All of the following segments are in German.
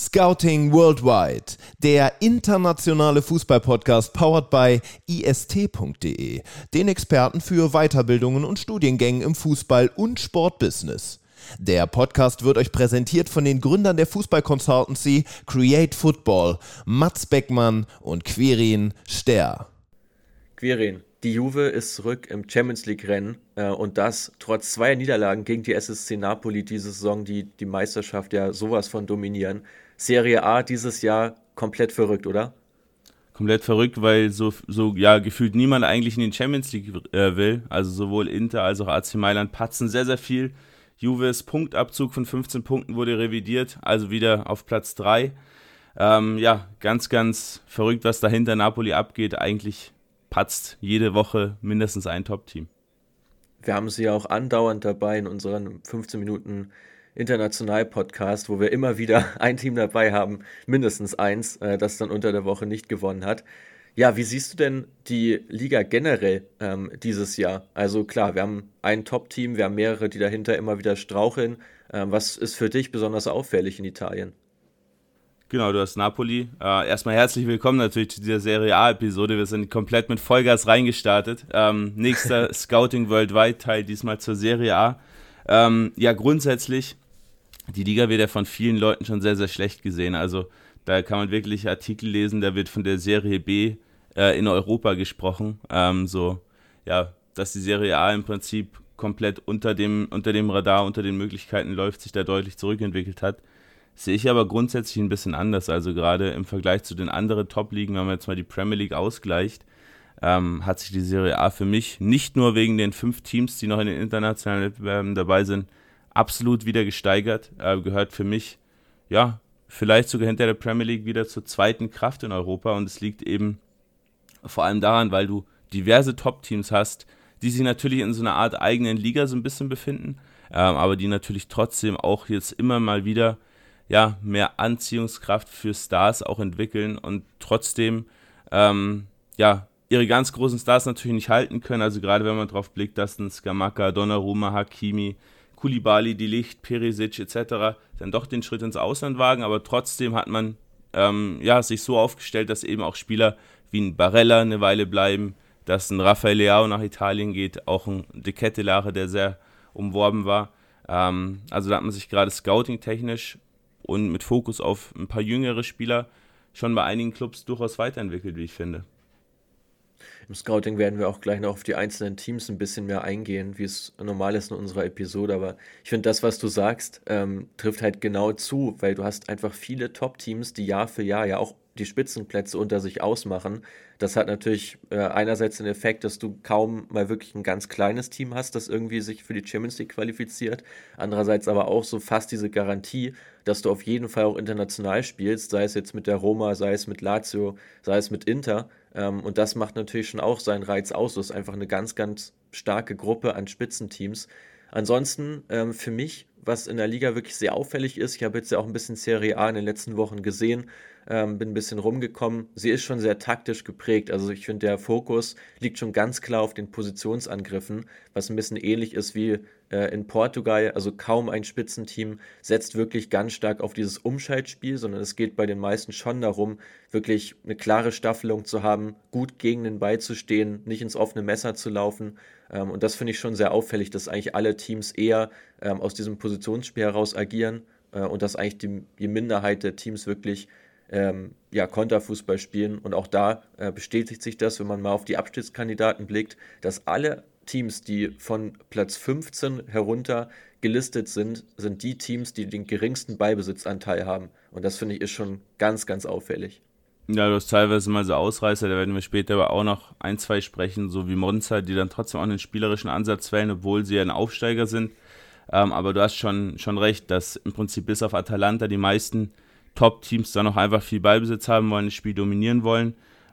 Scouting Worldwide, der internationale Fußball-Podcast powered by ist.de, den Experten für Weiterbildungen und Studiengängen im Fußball- und Sportbusiness. Der Podcast wird euch präsentiert von den Gründern der Fußball-Consultancy Create Football, Mats Beckmann und Quirin Ster. Quirin, die Juve ist zurück im Champions-League-Rennen und das trotz zweier Niederlagen gegen die SSC Napoli diese Saison, die die Meisterschaft ja sowas von dominieren. Serie A dieses Jahr komplett verrückt, oder? Komplett verrückt, weil so gefühlt niemand eigentlich in die Champions League will. Also sowohl Inter als auch AC Mailand patzen sehr, sehr viel. Juves Punktabzug von 15 Punkten wurde revidiert, also wieder auf Platz 3. Ganz, ganz verrückt, was dahinter Napoli abgeht. Eigentlich patzt jede Woche mindestens ein Top-Team. Wir haben sie ja auch andauernd dabei in unseren 15 Minuten International-Podcast, wo wir immer wieder ein Team dabei haben, mindestens eins, das dann unter der Woche nicht gewonnen hat. Ja, wie siehst du denn die Liga generell dieses Jahr? Also klar, wir haben ein Top-Team, wir haben mehrere, die dahinter immer wieder straucheln. Was ist für dich besonders auffällig in Italien? Genau, du hast Napoli. Erstmal herzlich willkommen natürlich zu dieser Serie A-Episode. Wir sind komplett mit Vollgas reingestartet. Nächster Scouting Worldwide Teil, diesmal zur Serie A. Grundsätzlich, die Liga wird ja von vielen Leuten schon sehr, sehr schlecht gesehen. Also da kann man wirklich Artikel lesen, da wird von der Serie B in Europa gesprochen. Dass die Serie A im Prinzip komplett unter dem Radar, unter den Möglichkeiten läuft, sich da deutlich zurückentwickelt hat. Sehe ich aber grundsätzlich ein bisschen anders. Also gerade im Vergleich zu den anderen Top-Ligen, wenn man jetzt mal die Premier League ausgleicht, hat sich die Serie A für mich nicht nur wegen den 5 Teams, die noch in den internationalen Wettbewerben dabei sind, absolut wieder gesteigert. Gehört für mich, vielleicht sogar hinter der Premier League wieder zur zweiten Kraft in Europa. Und es liegt eben vor allem daran, weil du diverse Top-Teams hast, die sich natürlich in so einer Art eigenen Liga so ein bisschen befinden, aber die natürlich trotzdem auch jetzt immer mal wieder mehr Anziehungskraft für Stars auch entwickeln und trotzdem ihre ganz großen Stars natürlich nicht halten können. Also gerade wenn man drauf blickt, dass ein Scamacca, Donnarumma, Hakimi, Koulibaly, De Ligt, Perisic etc. dann doch den Schritt ins Ausland wagen, aber trotzdem hat man sich so aufgestellt, dass eben auch Spieler wie ein Barella eine Weile bleiben, dass ein Rafael Leao nach Italien geht, auch ein De Ketelaere, der sehr umworben war. Also da hat man sich gerade scouting-technisch und mit Fokus auf ein paar jüngere Spieler schon bei einigen Clubs durchaus weiterentwickelt, wie ich finde. Im Scouting werden wir auch gleich noch auf die einzelnen Teams ein bisschen mehr eingehen, wie es normal ist in unserer Episode. Aber ich finde, das, was du sagst, trifft halt genau zu, weil du hast einfach viele Top-Teams, die Jahr für Jahr ja auch die Spitzenplätze unter sich ausmachen. Das hat natürlich einerseits den Effekt, dass du kaum mal wirklich ein ganz kleines Team hast, das irgendwie sich für die Champions League qualifiziert. Andererseits aber auch so fast diese Garantie, dass du auf jeden Fall auch international spielst, sei es jetzt mit der Roma, sei es mit Lazio, sei es mit Inter. Und das macht natürlich schon auch seinen Reiz aus. Das ist einfach eine ganz, ganz starke Gruppe an Spitzenteams. Ansonsten für mich, was in der Liga wirklich sehr auffällig ist, ich habe jetzt ja auch ein bisschen Serie A in den letzten Wochen gesehen, bin ein bisschen rumgekommen. Sie ist schon sehr taktisch geprägt. Also ich finde, der Fokus liegt schon ganz klar auf den Positionsangriffen, was ein bisschen ähnlich ist wie in Portugal. Also kaum ein Spitzenteam setzt wirklich ganz stark auf dieses Umschaltspiel, sondern es geht bei den meisten schon darum, wirklich eine klare Staffelung zu haben, gut gegen den Ball zu stehen, nicht ins offene Messer zu laufen. Und das finde ich schon sehr auffällig, dass eigentlich alle Teams eher aus diesem Positionsspiel heraus agieren und dass eigentlich die Minderheit der Teams wirklich Konterfußball spielen. Und auch da bestätigt sich das, wenn man mal auf die Abstiegskandidaten blickt, dass alle Teams, die von Platz 15 herunter gelistet sind, sind die Teams, die den geringsten Ballbesitzanteil haben. Und das finde ich ist schon ganz, ganz auffällig. Ja, du hast teilweise mal so Ausreißer, da werden wir später aber auch noch 1, 2 sprechen, so wie Monza, die dann trotzdem auch einen spielerischen Ansatz wählen, obwohl sie ja ein Aufsteiger sind. Aber du hast schon recht, dass im Prinzip bis auf Atalanta die meisten Top-Teams dann noch einfach viel Ballbesitz haben wollen, das Spiel dominieren wollen,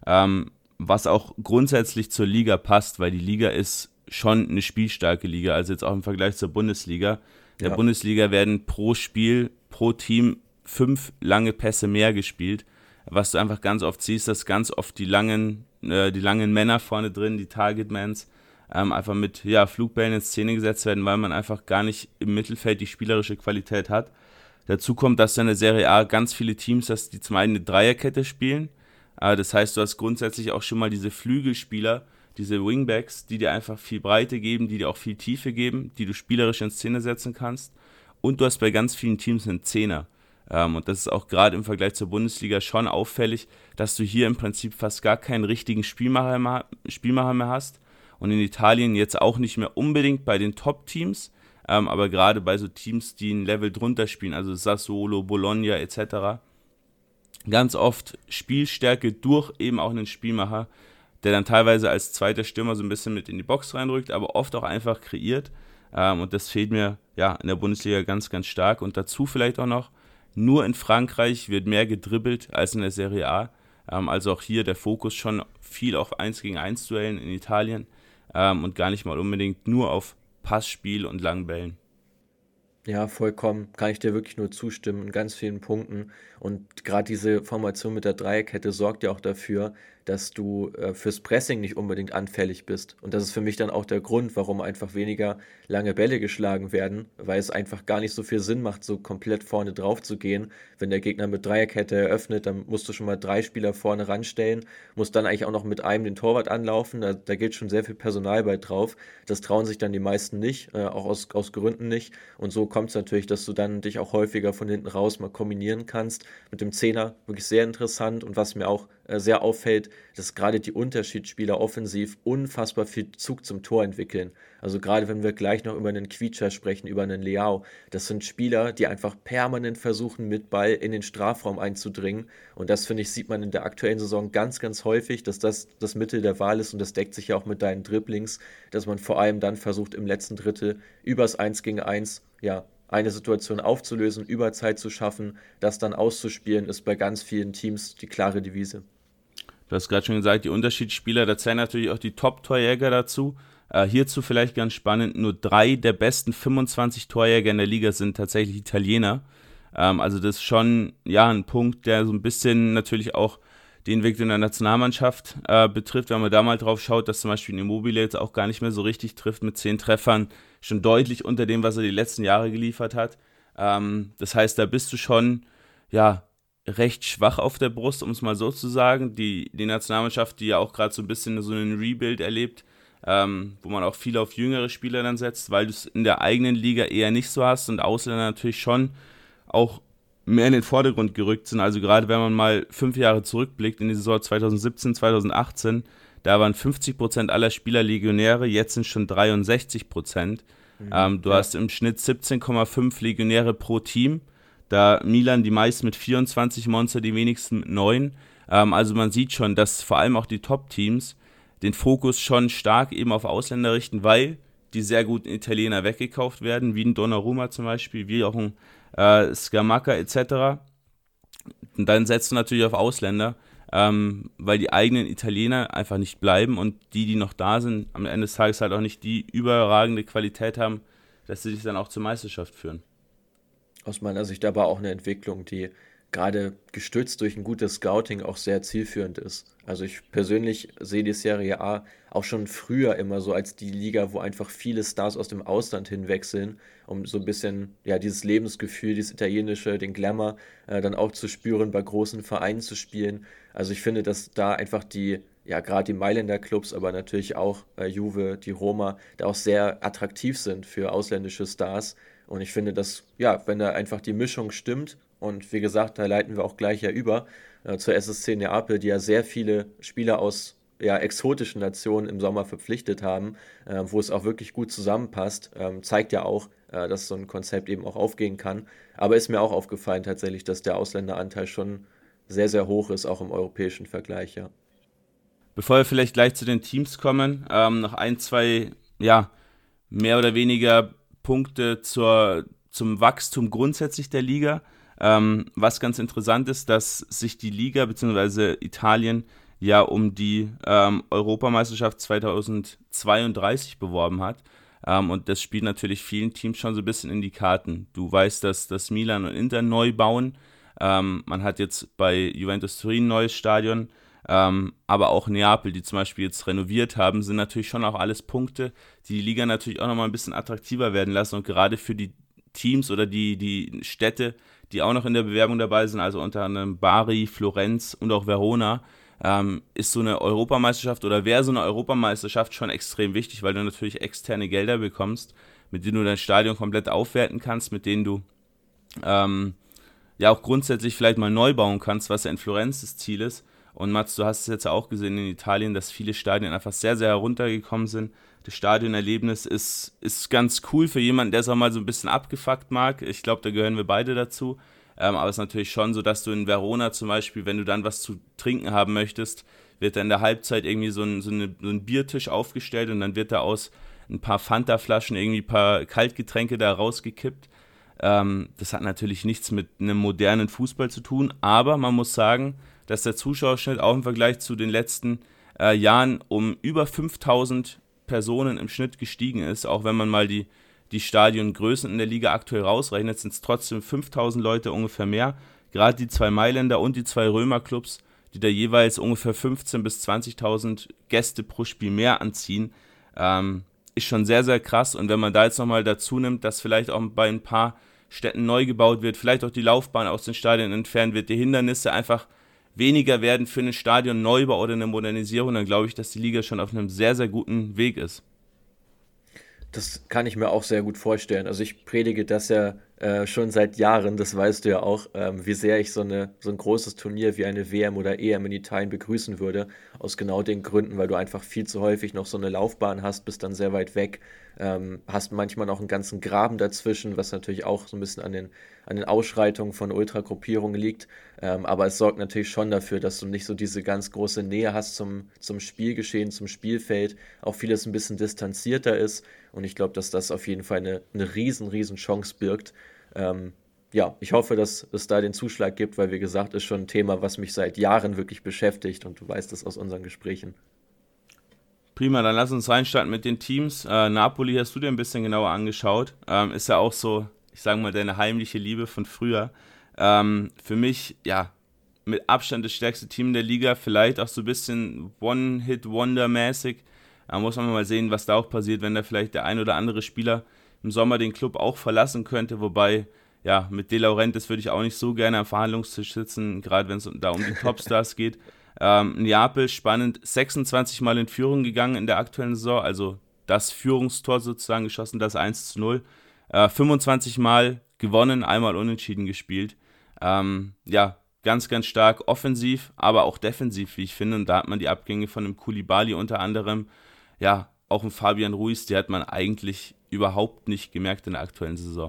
was auch grundsätzlich zur Liga passt, weil die Liga ist schon eine spielstarke Liga, also jetzt auch im Vergleich zur Bundesliga. In der Bundesliga werden pro Spiel, pro Team 5 lange Pässe mehr gespielt, was du einfach ganz oft siehst, dass ganz oft die langen Männer vorne drin, die Targetmans, einfach mit Flugbällen in Szene gesetzt werden, weil man einfach gar nicht im Mittelfeld die spielerische Qualität hat. Dazu kommt, dass du in der Serie A ganz viele Teams hast, die zum einen eine Dreierkette spielen. Das heißt, du hast grundsätzlich auch schon mal diese Flügelspieler, diese Wingbacks, die dir einfach viel Breite geben, die dir auch viel Tiefe geben, die du spielerisch in Szene setzen kannst. Und du hast bei ganz vielen Teams einen Zehner. Und das ist auch gerade im Vergleich zur Bundesliga schon auffällig, dass du hier im Prinzip fast gar keinen richtigen Spielmacher mehr hast. Und in Italien jetzt auch nicht mehr unbedingt bei den Top-Teams, aber gerade bei so Teams, die ein Level drunter spielen, also Sassuolo, Bologna etc., ganz oft Spielstärke durch eben auch einen Spielmacher, der dann teilweise als zweiter Stürmer so ein bisschen mit in die Box reindrückt, aber oft auch einfach kreiert. Und das fehlt mir ja in der Bundesliga ganz, ganz stark. Und dazu vielleicht auch noch, nur in Frankreich wird mehr gedribbelt als in der Serie A. Also auch hier der Fokus schon viel auf 1 gegen 1 Duellen in Italien und gar nicht mal unbedingt nur auf Passspiel und langen Bällen. Ja, vollkommen. Kann ich dir wirklich nur zustimmen in ganz vielen Punkten. Und gerade diese Formation mit der Dreierkette sorgt ja auch dafür, dass du fürs Pressing nicht unbedingt anfällig bist. Und das ist für mich dann auch der Grund, warum einfach weniger lange Bälle geschlagen werden, weil es einfach gar nicht so viel Sinn macht, so komplett vorne drauf zu gehen. Wenn der Gegner mit Dreierkette eröffnet, dann musst du schon mal 3 Spieler vorne ranstellen, musst dann eigentlich auch noch mit einem den Torwart anlaufen. Da geht schon sehr viel Personal bei drauf. Das trauen sich dann die meisten nicht, auch aus Gründen nicht. Und so kommt es natürlich, dass du dann dich auch häufiger von hinten raus mal kombinieren kannst. Mit dem Zehner wirklich sehr interessant. Und was mir auch sehr auffällt, dass gerade die Unterschiedsspieler offensiv unfassbar viel Zug zum Tor entwickeln. Also gerade wenn wir gleich noch über einen Quietscher sprechen, über einen Leao, das sind Spieler, die einfach permanent versuchen, mit Ball in den Strafraum einzudringen. Und das, finde ich, sieht man in der aktuellen Saison ganz, ganz häufig, dass das das Mittel der Wahl ist. Und das deckt sich ja auch mit deinen Dribblings, dass man vor allem dann versucht, im letzten Drittel übers 1 gegen 1, ja, eine Situation aufzulösen, Überzeit zu schaffen, das dann auszuspielen, ist bei ganz vielen Teams die klare Devise. Du hast gerade schon gesagt, die Unterschiedsspieler, da zählen natürlich auch die Top-Torjäger dazu. Hierzu vielleicht ganz spannend, nur 3 der besten 25 Torjäger in der Liga sind tatsächlich Italiener. Also das ist schon ja, ein Punkt, der so ein bisschen natürlich auch den Weg in der Nationalmannschaft betrifft. Wenn man da mal drauf schaut, dass zum Beispiel ein Immobile jetzt auch gar nicht mehr so richtig trifft mit 10 Treffern, schon deutlich unter dem, was er die letzten Jahre geliefert hat. Das heißt, da bist du schon ja recht schwach auf der Brust, um es mal so zu sagen. Die Nationalmannschaft, die ja auch gerade so ein bisschen so einen Rebuild erlebt, wo man auch viel auf jüngere Spieler dann setzt, weil du es in der eigenen Liga eher nicht so hast und Ausländer natürlich schon auch mehr in den Vordergrund gerückt sind. Also gerade wenn man mal 5 Jahre zurückblickt in die Saison 2017, 2018, da waren 50% aller Spieler Legionäre, jetzt sind schon 63%. Du hast im Schnitt 17,5 Legionäre pro Team, da Milan die meisten mit 24, Monza die wenigsten mit 9. Also man sieht schon, dass vor allem auch die Top-Teams den Fokus schon stark eben auf Ausländer richten, weil die sehr guten Italiener weggekauft werden, wie ein Donnarumma zum Beispiel, wie auch ein Scamacca etc. Und dann setzt du natürlich auf Ausländer, weil die eigenen Italiener einfach nicht bleiben und die noch da sind, am Ende des Tages halt auch nicht die überragende Qualität haben, dass sie sich dann auch zur Meisterschaft führen. Aus meiner Sicht aber auch eine Entwicklung, die gerade gestützt durch ein gutes Scouting auch sehr zielführend ist. Also ich persönlich sehe die Serie A auch schon früher immer so als die Liga, wo einfach viele Stars aus dem Ausland hinwechseln, um so ein bisschen ja dieses Lebensgefühl, dieses Italienische, den Glamour dann auch zu spüren, bei großen Vereinen zu spielen. Also ich finde, dass da einfach ja gerade die Mailänder Clubs, aber natürlich auch Juve, die Roma, da auch sehr attraktiv sind für ausländische Stars. Und ich finde, dass, ja, wenn da einfach die Mischung stimmt, und wie gesagt, da leiten wir auch gleich ja über zur SSC Neapel, die ja sehr viele Spieler aus ja, exotischen Nationen im Sommer verpflichtet haben, wo es auch wirklich gut zusammenpasst, zeigt ja auch, dass so ein Konzept eben auch aufgehen kann. Aber ist mir auch aufgefallen tatsächlich, dass der Ausländeranteil schon sehr, sehr hoch ist, auch im europäischen Vergleich, ja. Bevor wir vielleicht gleich zu den Teams kommen, noch 1, 2, ja, mehr oder weniger Punkte zum Wachstum grundsätzlich der Liga. Was ganz interessant ist, dass sich die Liga bzw. Italien ja um die Europameisterschaft 2032 beworben hat. Und das spielt natürlich vielen Teams schon so ein bisschen in die Karten. Du weißt, dass Milan und Inter neu bauen. Man hat jetzt bei Juventus Turin ein neues Stadion. Aber auch Neapel, die zum Beispiel jetzt renoviert haben, sind natürlich schon auch alles Punkte, die Liga natürlich auch nochmal ein bisschen attraktiver werden lassen und gerade für die Teams oder die Städte, die auch noch in der Bewerbung dabei sind, also unter anderem Bari, Florenz und auch Verona, ist so eine Europameisterschaft oder wäre so eine Europameisterschaft schon extrem wichtig, weil du natürlich externe Gelder bekommst, mit denen du dein Stadion komplett aufwerten kannst, mit denen du ja auch grundsätzlich vielleicht mal neu bauen kannst, was ja in Florenz das Ziel ist. Und Mats, du hast es jetzt auch gesehen in Italien, dass viele Stadien einfach sehr, sehr heruntergekommen sind. Das Stadionerlebnis ist ganz cool für jemanden, der es auch mal so ein bisschen abgefuckt mag. Ich glaube, da gehören wir beide dazu. Aber es ist natürlich schon so, dass du in Verona zum Beispiel, wenn du dann was zu trinken haben möchtest, wird da in der Halbzeit irgendwie so ein Biertisch aufgestellt und dann wird da aus ein paar Fanta-Flaschen irgendwie ein paar Kaltgetränke da rausgekippt. Das hat natürlich nichts mit einem modernen Fußball zu tun, aber man muss sagen, dass der Zuschauerschnitt auch im Vergleich zu den letzten Jahren um über 5000 Personen im Schnitt gestiegen ist. Auch wenn man mal die Stadiongrößen in der Liga aktuell rausrechnet, sind es trotzdem 5000 Leute ungefähr mehr. Gerade die 2 Mailänder und die 2 Römerclubs, die da jeweils ungefähr 15.000 bis 20.000 Gäste pro Spiel mehr anziehen, ist schon sehr, sehr krass. Und wenn man da jetzt nochmal dazu nimmt, dass vielleicht auch bei ein paar Städten neu gebaut wird, vielleicht auch die Laufbahn aus den Stadien entfernt wird, die Hindernisse einfach weniger werden für einen Stadionneubau oder eine Modernisierung, dann glaube ich, dass die Liga schon auf einem sehr, sehr guten Weg ist. Das kann ich mir auch sehr gut vorstellen. Also ich predige das ja schon seit Jahren, das weißt du ja auch, wie sehr ich so ein großes Turnier wie eine WM oder EM in Italien begrüßen würde. Aus genau den Gründen, weil du einfach viel zu häufig noch so eine Laufbahn hast, bist dann sehr weit weg, hast manchmal noch einen ganzen Graben dazwischen, was natürlich auch so ein bisschen an den Ausschreitungen von Ultragruppierungen liegt. Aber es sorgt natürlich schon dafür, dass du nicht so diese ganz große Nähe hast zum Spielgeschehen, zum Spielfeld, auch vieles ein bisschen distanzierter ist. Und ich glaube, dass das auf jeden Fall eine riesen Chance birgt. Ja, ich hoffe, dass es da den Zuschlag gibt, weil, wie gesagt, ist schon ein Thema, was mich seit Jahren wirklich beschäftigt und du weißt das aus unseren Gesprächen. Prima, dann lass uns reinstarten mit den Teams. Napoli hast du dir ein bisschen genauer angeschaut. Ist ja auch so, ich sage mal, deine heimliche Liebe von früher. Für mich, ja, mit Abstand das stärkste Team der Liga, vielleicht auch so ein bisschen One-Hit-Wonder-mäßig. Da muss man mal sehen, was da auch passiert, wenn da vielleicht der ein oder andere Spieler im Sommer den Club auch verlassen könnte, wobei, ja, mit De Laurentiis würde ich auch nicht so gerne am Verhandlungstisch sitzen, gerade wenn es da um die Topstars geht. Neapel, spannend, 26 Mal in Führung gegangen in der aktuellen Saison, also das Führungstor sozusagen geschossen, das 1:0. 25 Mal gewonnen, einmal unentschieden gespielt. Ja, ganz, ganz stark offensiv, aber auch defensiv, wie ich finde. Und da hat man die Abgänge von einem Koulibaly unter anderem, ja, auch ein Fabian Ruiz, die hat man eigentlich überhaupt nicht gemerkt in der aktuellen Saison.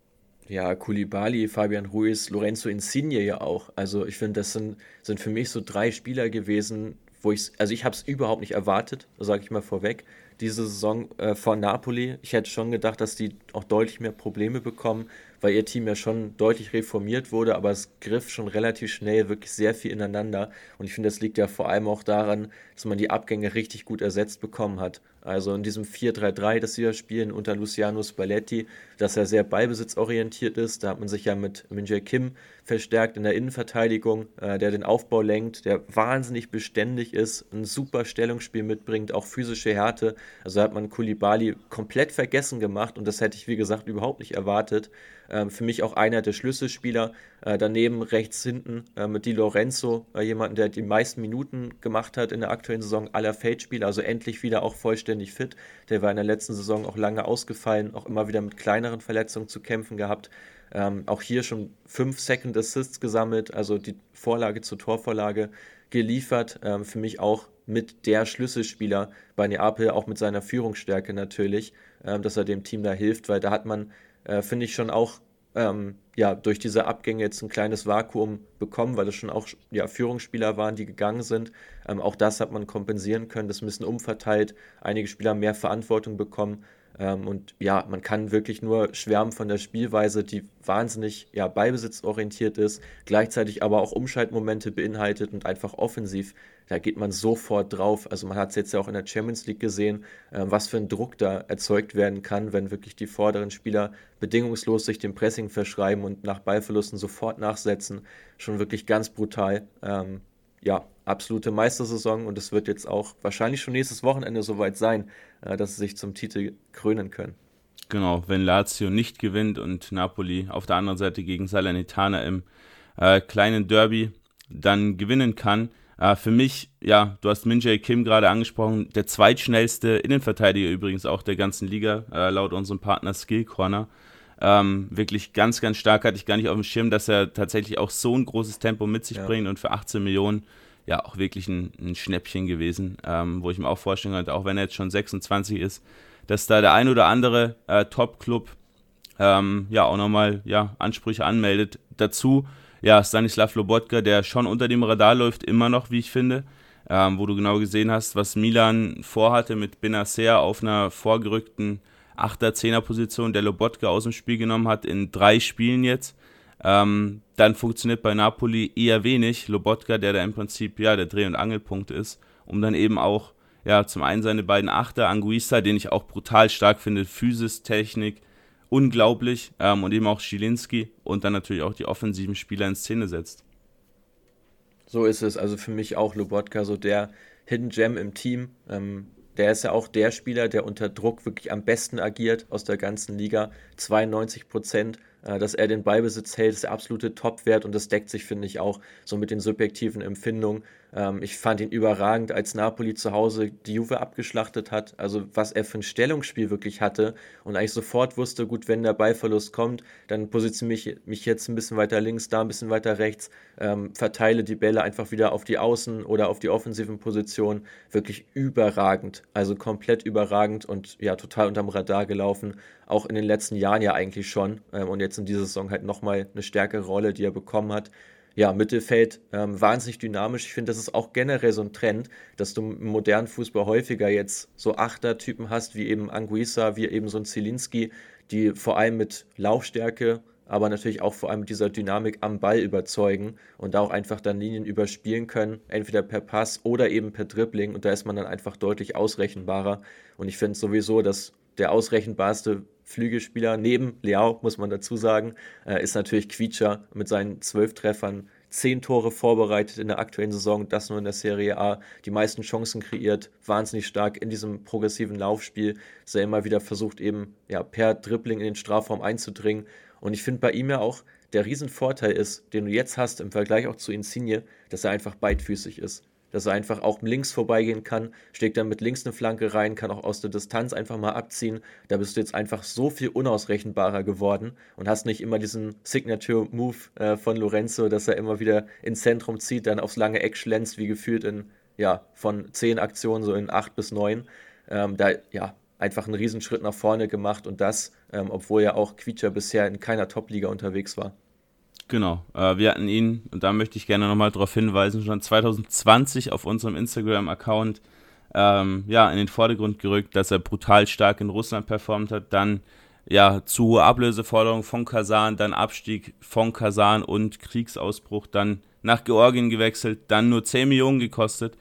Ja, Koulibaly, Fabian Ruiz, Lorenzo Insigne ja auch. Also ich finde, das sind für mich so 3 Spieler gewesen, also ich habe es überhaupt nicht erwartet, sage ich mal vorweg, diese Saison von Napoli. Ich hätte schon gedacht, dass die auch deutlich mehr Probleme bekommen, weil ihr Team ja schon deutlich reformiert wurde, aber es griff schon relativ schnell wirklich sehr viel ineinander. Und ich finde, das liegt ja vor allem auch daran, dass man die Abgänge richtig gut ersetzt bekommen hat. Also in diesem 4-3-3, das sie ja spielen unter Luciano Spalletti, das ja sehr ballbesitzorientiert ist. Da hat man sich ja mit Min-Jae Kim verstärkt in der Innenverteidigung, der den Aufbau lenkt, der wahnsinnig beständig ist, ein super Stellungsspiel mitbringt, auch physische Härte. Also hat man Koulibaly komplett vergessen gemacht und das hätte ich, wie gesagt, überhaupt nicht erwartet. Für mich auch einer der Schlüsselspieler. Daneben rechts hinten mit Di Lorenzo, jemanden, der die meisten Minuten gemacht hat in der aktuellen Saison aller Feldspieler, also endlich wieder auch vollständig fit. Der war in der letzten Saison auch lange ausgefallen, auch immer wieder mit kleineren Verletzungen zu kämpfen gehabt. Auch hier schon 5 Second Assists gesammelt, also die Vorlage zur Torvorlage geliefert. Für mich auch mit der Schlüsselspieler bei Neapel, auch mit seiner Führungsstärke natürlich, dass er dem Team da hilft, weil da hat man, finde ich, schon auch ja, durch diese Abgänge jetzt ein kleines Vakuum bekommen, weil es schon auch ja, Führungsspieler waren, die gegangen sind. Auch das hat man kompensieren können, das ist ein bisschen umverteilt, einige Spieler haben mehr Verantwortung bekommen. Und ja, man kann wirklich nur schwärmen von der Spielweise, die wahnsinnig ja, ballbesitzorientiert ist, gleichzeitig aber auch Umschaltmomente beinhaltet und einfach offensiv. Da geht man sofort drauf. Also man hat es jetzt ja auch in der Champions League gesehen, was für ein Druck da erzeugt werden kann, wenn wirklich die vorderen Spieler bedingungslos sich dem Pressing verschreiben und nach Ballverlusten sofort nachsetzen. Schon wirklich ganz brutal. Ja, absolute Meistersaison und es wird jetzt auch wahrscheinlich schon nächstes Wochenende soweit sein, dass sie sich zum Titel krönen können. Genau, wenn Lazio nicht gewinnt und Napoli auf der anderen Seite gegen Salernitana im kleinen Derby dann gewinnen kann. Für mich, ja, du hast Min-Jae Kim gerade angesprochen, der zweitschnellste Innenverteidiger übrigens auch der ganzen Liga, laut unserem Partner Skill Corner. Wirklich ganz, ganz stark, hatte ich gar nicht auf dem Schirm, dass er tatsächlich auch so ein großes Tempo mit sich bringt und für 18 Millionen ja auch wirklich ein Schnäppchen gewesen, wo ich mir auch vorstellen könnte, auch wenn er jetzt schon 26 ist, dass da der ein oder andere Top-Club ja auch nochmal Ansprüche anmeldet. Dazu Stanislav Lobotka, der schon unter dem Radar läuft, immer noch, wie ich finde, wo du genau gesehen hast, was Milan vorhatte mit Benacer auf einer vorgerückten 8er-10er-Position, der Lobotka aus dem Spiel genommen hat, in 3 Spielen jetzt. Dann funktioniert bei Napoli eher wenig. Lobotka, der da im Prinzip der Dreh- und Angelpunkt ist, um dann eben auch zum einen seine beiden Achter, Anguissa, den ich auch brutal stark finde, Physis, Technik, unglaublich, und eben auch Zielinski und dann natürlich auch die offensiven Spieler in Szene setzt. So ist es, also für mich auch Lobotka, so der Hidden Gem im Team. Der ist ja auch der Spieler, der unter Druck wirklich am besten agiert aus der ganzen Liga. 92%, dass er den Ballbesitz hält, ist der absolute Topwert und das deckt sich, finde ich, auch so mit den subjektiven Empfindungen. Ich fand ihn überragend, als Napoli zu Hause die Juve abgeschlachtet hat. Also was er für ein Stellungsspiel wirklich hatte und eigentlich sofort wusste, gut, wenn der Ballverlust kommt, dann positioniere mich jetzt ein bisschen weiter links, da ein bisschen weiter rechts, verteile die Bälle einfach wieder auf die Außen- oder auf die offensiven Positionen. Wirklich überragend, also komplett überragend und ja, total unterm Radar gelaufen. Auch in den letzten Jahren ja eigentlich schon und jetzt in dieser Saison halt nochmal eine stärkere Rolle, die er bekommen hat. Ja, Mittelfeld wahnsinnig dynamisch. Ich finde, das ist auch generell so ein Trend, dass du im modernen Fußball häufiger jetzt so Achtertypen hast, wie eben Anguissa, wie eben so ein Zielinski, die vor allem mit Laufstärke, aber natürlich auch vor allem mit dieser Dynamik am Ball überzeugen und da auch einfach dann Linien überspielen können, entweder per Pass oder eben per Dribbling und da ist man dann einfach deutlich ausrechenbarer und ich finde sowieso, dass der ausrechenbarste Flügelspieler neben Leao, muss man dazu sagen, ist natürlich Quietscher mit seinen 12 Treffern, 10 Tore vorbereitet in der aktuellen Saison, das nur in der Serie A, die meisten Chancen kreiert, wahnsinnig stark in diesem progressiven Laufspiel, dass er immer wieder versucht eben per Dribbling in den Strafraum einzudringen und ich finde bei ihm ja auch, der Riesenvorteil ist, den du jetzt hast im Vergleich auch zu Insigne, dass er einfach beidfüßig ist. Dass er einfach auch links vorbeigehen kann, schlägt dann mit links eine Flanke rein, kann auch aus der Distanz einfach mal abziehen. Da bist du jetzt einfach so viel unausrechenbarer geworden und hast nicht immer diesen Signature-Move von Lorenzo, dass er immer wieder ins Zentrum zieht, dann aufs lange Eck schlänzt, wie gefühlt von 10 Aktionen so in 8 bis 9. Einfach einen Riesenschritt nach vorne gemacht und das, obwohl ja auch Quietscher bisher in keiner Top-Liga unterwegs war. Genau, wir hatten ihn, und da möchte ich gerne nochmal darauf hinweisen, schon 2020 auf unserem Instagram-Account in den Vordergrund gerückt, dass er brutal stark in Russland performt hat, dann zu hohe Ablöseforderungen von Kasan, dann Abstieg von Kasan und Kriegsausbruch, dann nach Georgien gewechselt, dann nur 10 Millionen gekostet.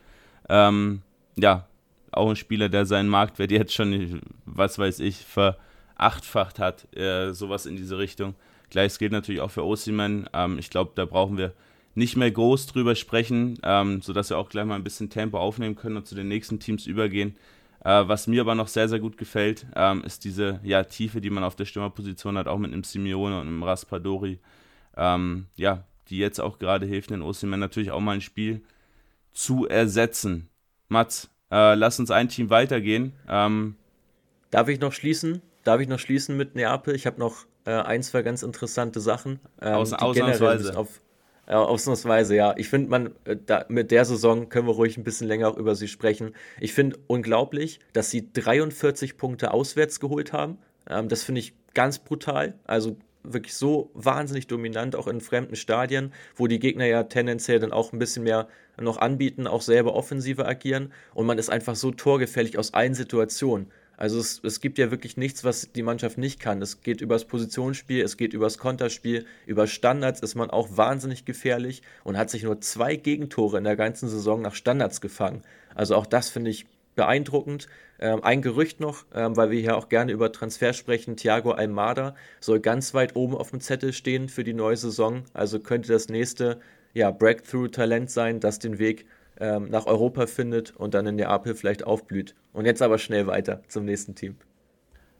Auch ein Spieler, der seinen Marktwert jetzt schon, was weiß ich, verachtfacht hat, sowas in diese Richtung. Gleiches gilt natürlich auch für Osimhen. Ich glaube, da brauchen wir nicht mehr groß drüber sprechen, sodass wir auch gleich mal ein bisschen Tempo aufnehmen können und zu den nächsten Teams übergehen. Was mir aber noch sehr, sehr gut gefällt, ist diese Tiefe, die man auf der Stürmerposition hat, auch mit einem Simeone und einem Raspadori, die jetzt auch gerade hilft, den Osimhen natürlich auch mal ein Spiel zu ersetzen. Mats, lass uns ein Team weitergehen. Darf ich noch schließen mit Neapel? Ich habe noch 2 ganz interessante Sachen. Ausnahmsweise. Ausnahmsweise, ja. Ich finde, mit der Saison können wir ruhig ein bisschen länger auch über sie sprechen. Ich finde unglaublich, dass sie 43 Punkte auswärts geholt haben. Das finde ich ganz brutal. Also wirklich so wahnsinnig dominant, auch in fremden Stadien, wo die Gegner ja tendenziell dann auch ein bisschen mehr noch anbieten, auch selber offensiver agieren. Und man ist einfach so torgefährlich aus allen Situationen. Also es gibt ja wirklich nichts, was die Mannschaft nicht kann. Es geht übers Positionsspiel, es geht übers Konterspiel, über Standards ist man auch wahnsinnig gefährlich und hat sich nur 2 Gegentore in der ganzen Saison nach Standards gefangen. Also auch das finde ich beeindruckend. Ein Gerücht noch, weil wir hier auch gerne über Transfer sprechen, Thiago Almada soll ganz weit oben auf dem Zettel stehen für die neue Saison. Also könnte das nächste Breakthrough-Talent sein, das den Weg nach Europa findet und dann in Neapel vielleicht aufblüht. Und jetzt aber schnell weiter zum nächsten Team.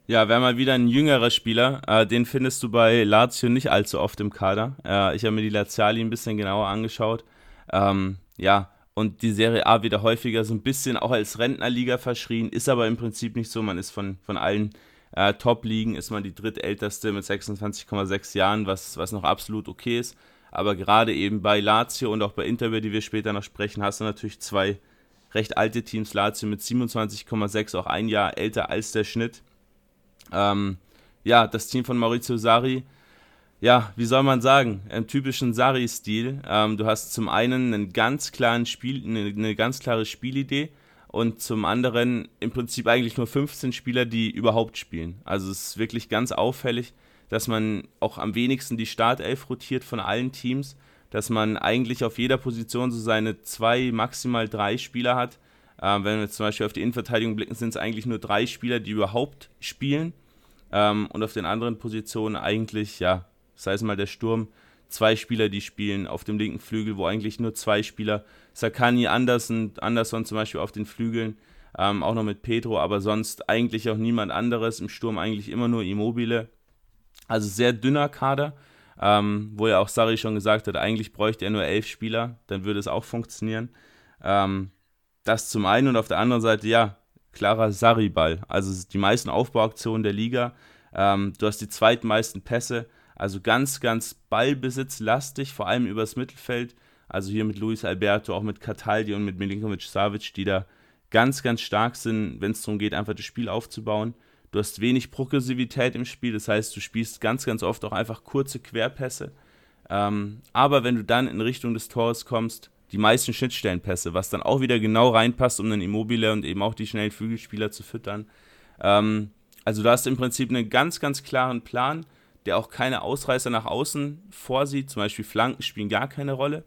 Ja, wäre mal wieder ein jüngerer Spieler. Den findest du bei Lazio nicht allzu oft im Kader. Ich habe mir die Laziali ein bisschen genauer angeschaut. Ja, und die Serie A wird häufiger so ein bisschen auch als Rentnerliga verschrien, ist aber im Prinzip nicht so. Man ist von allen Top-Ligen, ist man die drittälteste mit 26,6 Jahren, was noch absolut okay ist. Aber gerade eben bei Lazio und auch bei Inter, über die wir später noch sprechen, hast du natürlich zwei recht alte Teams. Lazio mit 27,6, auch ein Jahr älter als der Schnitt. Ja, das Team von Maurizio Sarri, ja, wie soll man sagen, im typischen Sarri-Stil. Du hast zum einen einen ganz klaren eine ganz klare Spielidee und zum anderen im Prinzip eigentlich nur 15 Spieler, die überhaupt spielen. Also es ist wirklich ganz auffällig, dass man auch am wenigsten die Startelf rotiert von allen Teams, dass man eigentlich auf jeder Position so seine 2, maximal 3 Spieler hat. Wenn wir jetzt zum Beispiel auf die Innenverteidigung blicken, sind es eigentlich nur 3 Spieler, die überhaupt spielen. Und auf den anderen Positionen eigentlich, ja, sei es mal der Sturm, 2 Spieler, die spielen. Auf dem linken Flügel, wo eigentlich nur 2 Spieler, Sakani, Anderson zum Beispiel auf den Flügeln, auch noch mit Pedro, aber sonst eigentlich auch niemand anderes. Im Sturm eigentlich immer nur Immobile. Also sehr dünner Kader, wo ja auch Sarri schon gesagt hat, eigentlich bräuchte er nur 11 Spieler, dann würde es auch funktionieren. Das zum einen und auf der anderen Seite, ja, klarer Sarri-Ball. Also die meisten Aufbauaktionen der Liga. Du hast die zweitmeisten Pässe. Also ganz, ganz ballbesitzlastig, vor allem übers Mittelfeld. Also hier mit Luis Alberto, auch mit Cataldi und mit Milinkovic-Savic, die da ganz, ganz stark sind, wenn es darum geht, einfach das Spiel aufzubauen. Du hast wenig Progressivität im Spiel, das heißt, du spielst ganz, ganz oft auch einfach kurze Querpässe. Aber wenn du dann in Richtung des Tores kommst, die meisten Schnittstellenpässe, was dann auch wieder genau reinpasst, um einen Immobile und eben auch die schnellen Flügelspieler zu füttern. Also du hast im Prinzip einen ganz, ganz klaren Plan, der auch keine Ausreißer nach außen vorsieht, zum Beispiel Flanken spielen gar keine Rolle.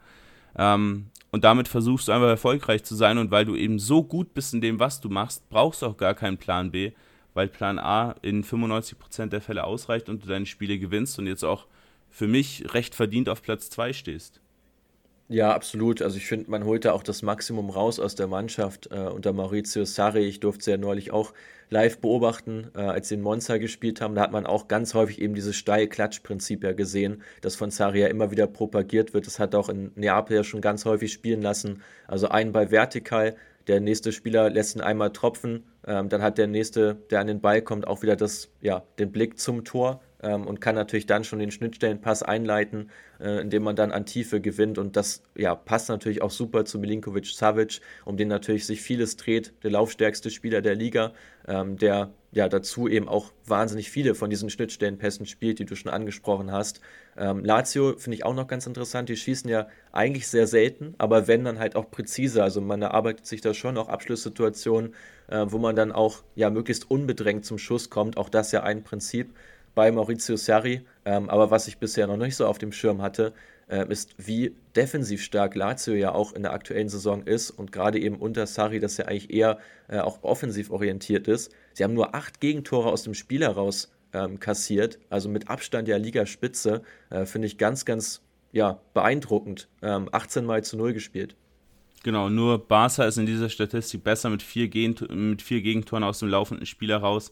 Und damit versuchst du einfach erfolgreich zu sein, und weil du eben so gut bist in dem, was du machst, brauchst du auch gar keinen Plan B, weil Plan A in 95% der Fälle ausreicht und du deine Spiele gewinnst und jetzt auch für mich recht verdient auf Platz 2 stehst. Ja, absolut. Also ich finde, man holt da auch das Maximum raus aus der Mannschaft unter Maurizio Sarri. Ich durfte es ja neulich auch live beobachten, als sie in Monza gespielt haben. Da hat man auch ganz häufig eben dieses Steil-Klatsch-Prinzip ja gesehen, das von Sarri ja immer wieder propagiert wird. Das hat er auch in Neapel ja schon ganz häufig spielen lassen. Also einen Ball vertikal, der nächste Spieler lässt ihn einmal tropfen, dann hat der nächste, der an den Ball kommt, auch wieder den Blick zum Tor und kann natürlich dann schon den Schnittstellenpass einleiten, indem man dann an Tiefe gewinnt, und das passt natürlich auch super zu Milinkovic-Savic, um den natürlich sich vieles dreht, der laufstärkste Spieler der Liga, der dazu eben auch wahnsinnig viele von diesen Schnittstellenpässen spielt, die du schon angesprochen hast. Lazio finde ich auch noch ganz interessant, die schießen ja eigentlich sehr selten, aber wenn, dann halt auch präzise, also man erarbeitet sich da schon auch Abschlusssituationen, wo man dann auch möglichst unbedrängt zum Schuss kommt, auch das ja ein Prinzip bei Maurizio Sarri, aber was ich bisher noch nicht so auf dem Schirm hatte, ist, wie defensiv stark Lazio ja auch in der aktuellen Saison ist, und gerade eben unter Sarri, das ja eigentlich eher auch offensiv orientiert ist. Sie haben nur 8 Gegentore aus dem Spiel heraus kassiert, also mit Abstand ja Ligaspitze, finde ich ganz, ganz beeindruckend. 18-0 gespielt. Genau, nur Barca ist in dieser Statistik besser mit 4 Gegentoren aus dem laufenden Spiel heraus.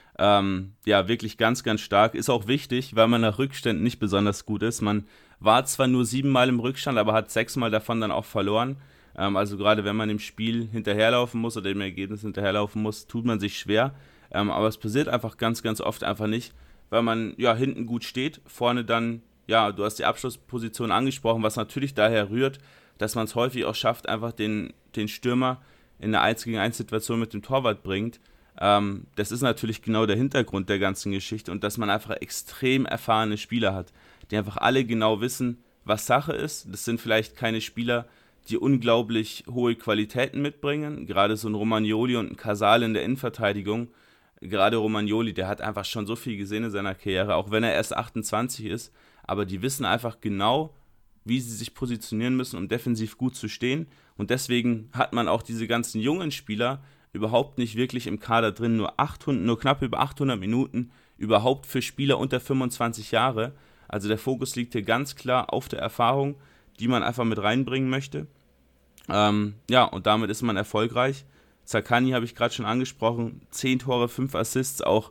Wirklich ganz, ganz stark. Ist auch wichtig, weil man nach Rückständen nicht besonders gut ist. Man war zwar nur 7 Mal im Rückstand, aber hat 6 Mal davon dann auch verloren. Also gerade wenn man im Spiel hinterherlaufen muss oder im Ergebnis hinterherlaufen muss, tut man sich schwer. Aber es passiert einfach ganz, ganz oft einfach nicht, weil man hinten gut steht, vorne dann, du hast die Abschlussposition angesprochen, was natürlich daher rührt, dass man es häufig auch schafft, einfach den Stürmer in eine 1-gegen-1-Situation mit dem Torwart bringt. Das ist natürlich genau der Hintergrund der ganzen Geschichte, und dass man einfach extrem erfahrene Spieler hat, die einfach alle genau wissen, was Sache ist. Das sind vielleicht keine Spieler, die unglaublich hohe Qualitäten mitbringen, gerade so ein Romagnoli und ein Casal in der Innenverteidigung. Gerade Romagnoli, der hat einfach schon so viel gesehen in seiner Karriere, auch wenn er erst 28 ist, aber die wissen einfach genau, wie sie sich positionieren müssen, um defensiv gut zu stehen, und deswegen hat man auch diese ganzen jungen Spieler überhaupt nicht wirklich im Kader drin, nur knapp über 800 Minuten, überhaupt für Spieler unter 25 Jahre. Also der Fokus liegt hier ganz klar auf der Erfahrung, die man einfach mit reinbringen möchte. Und damit ist man erfolgreich. Zaccagni habe ich gerade schon angesprochen, 10 Tore, 5 Assists, auch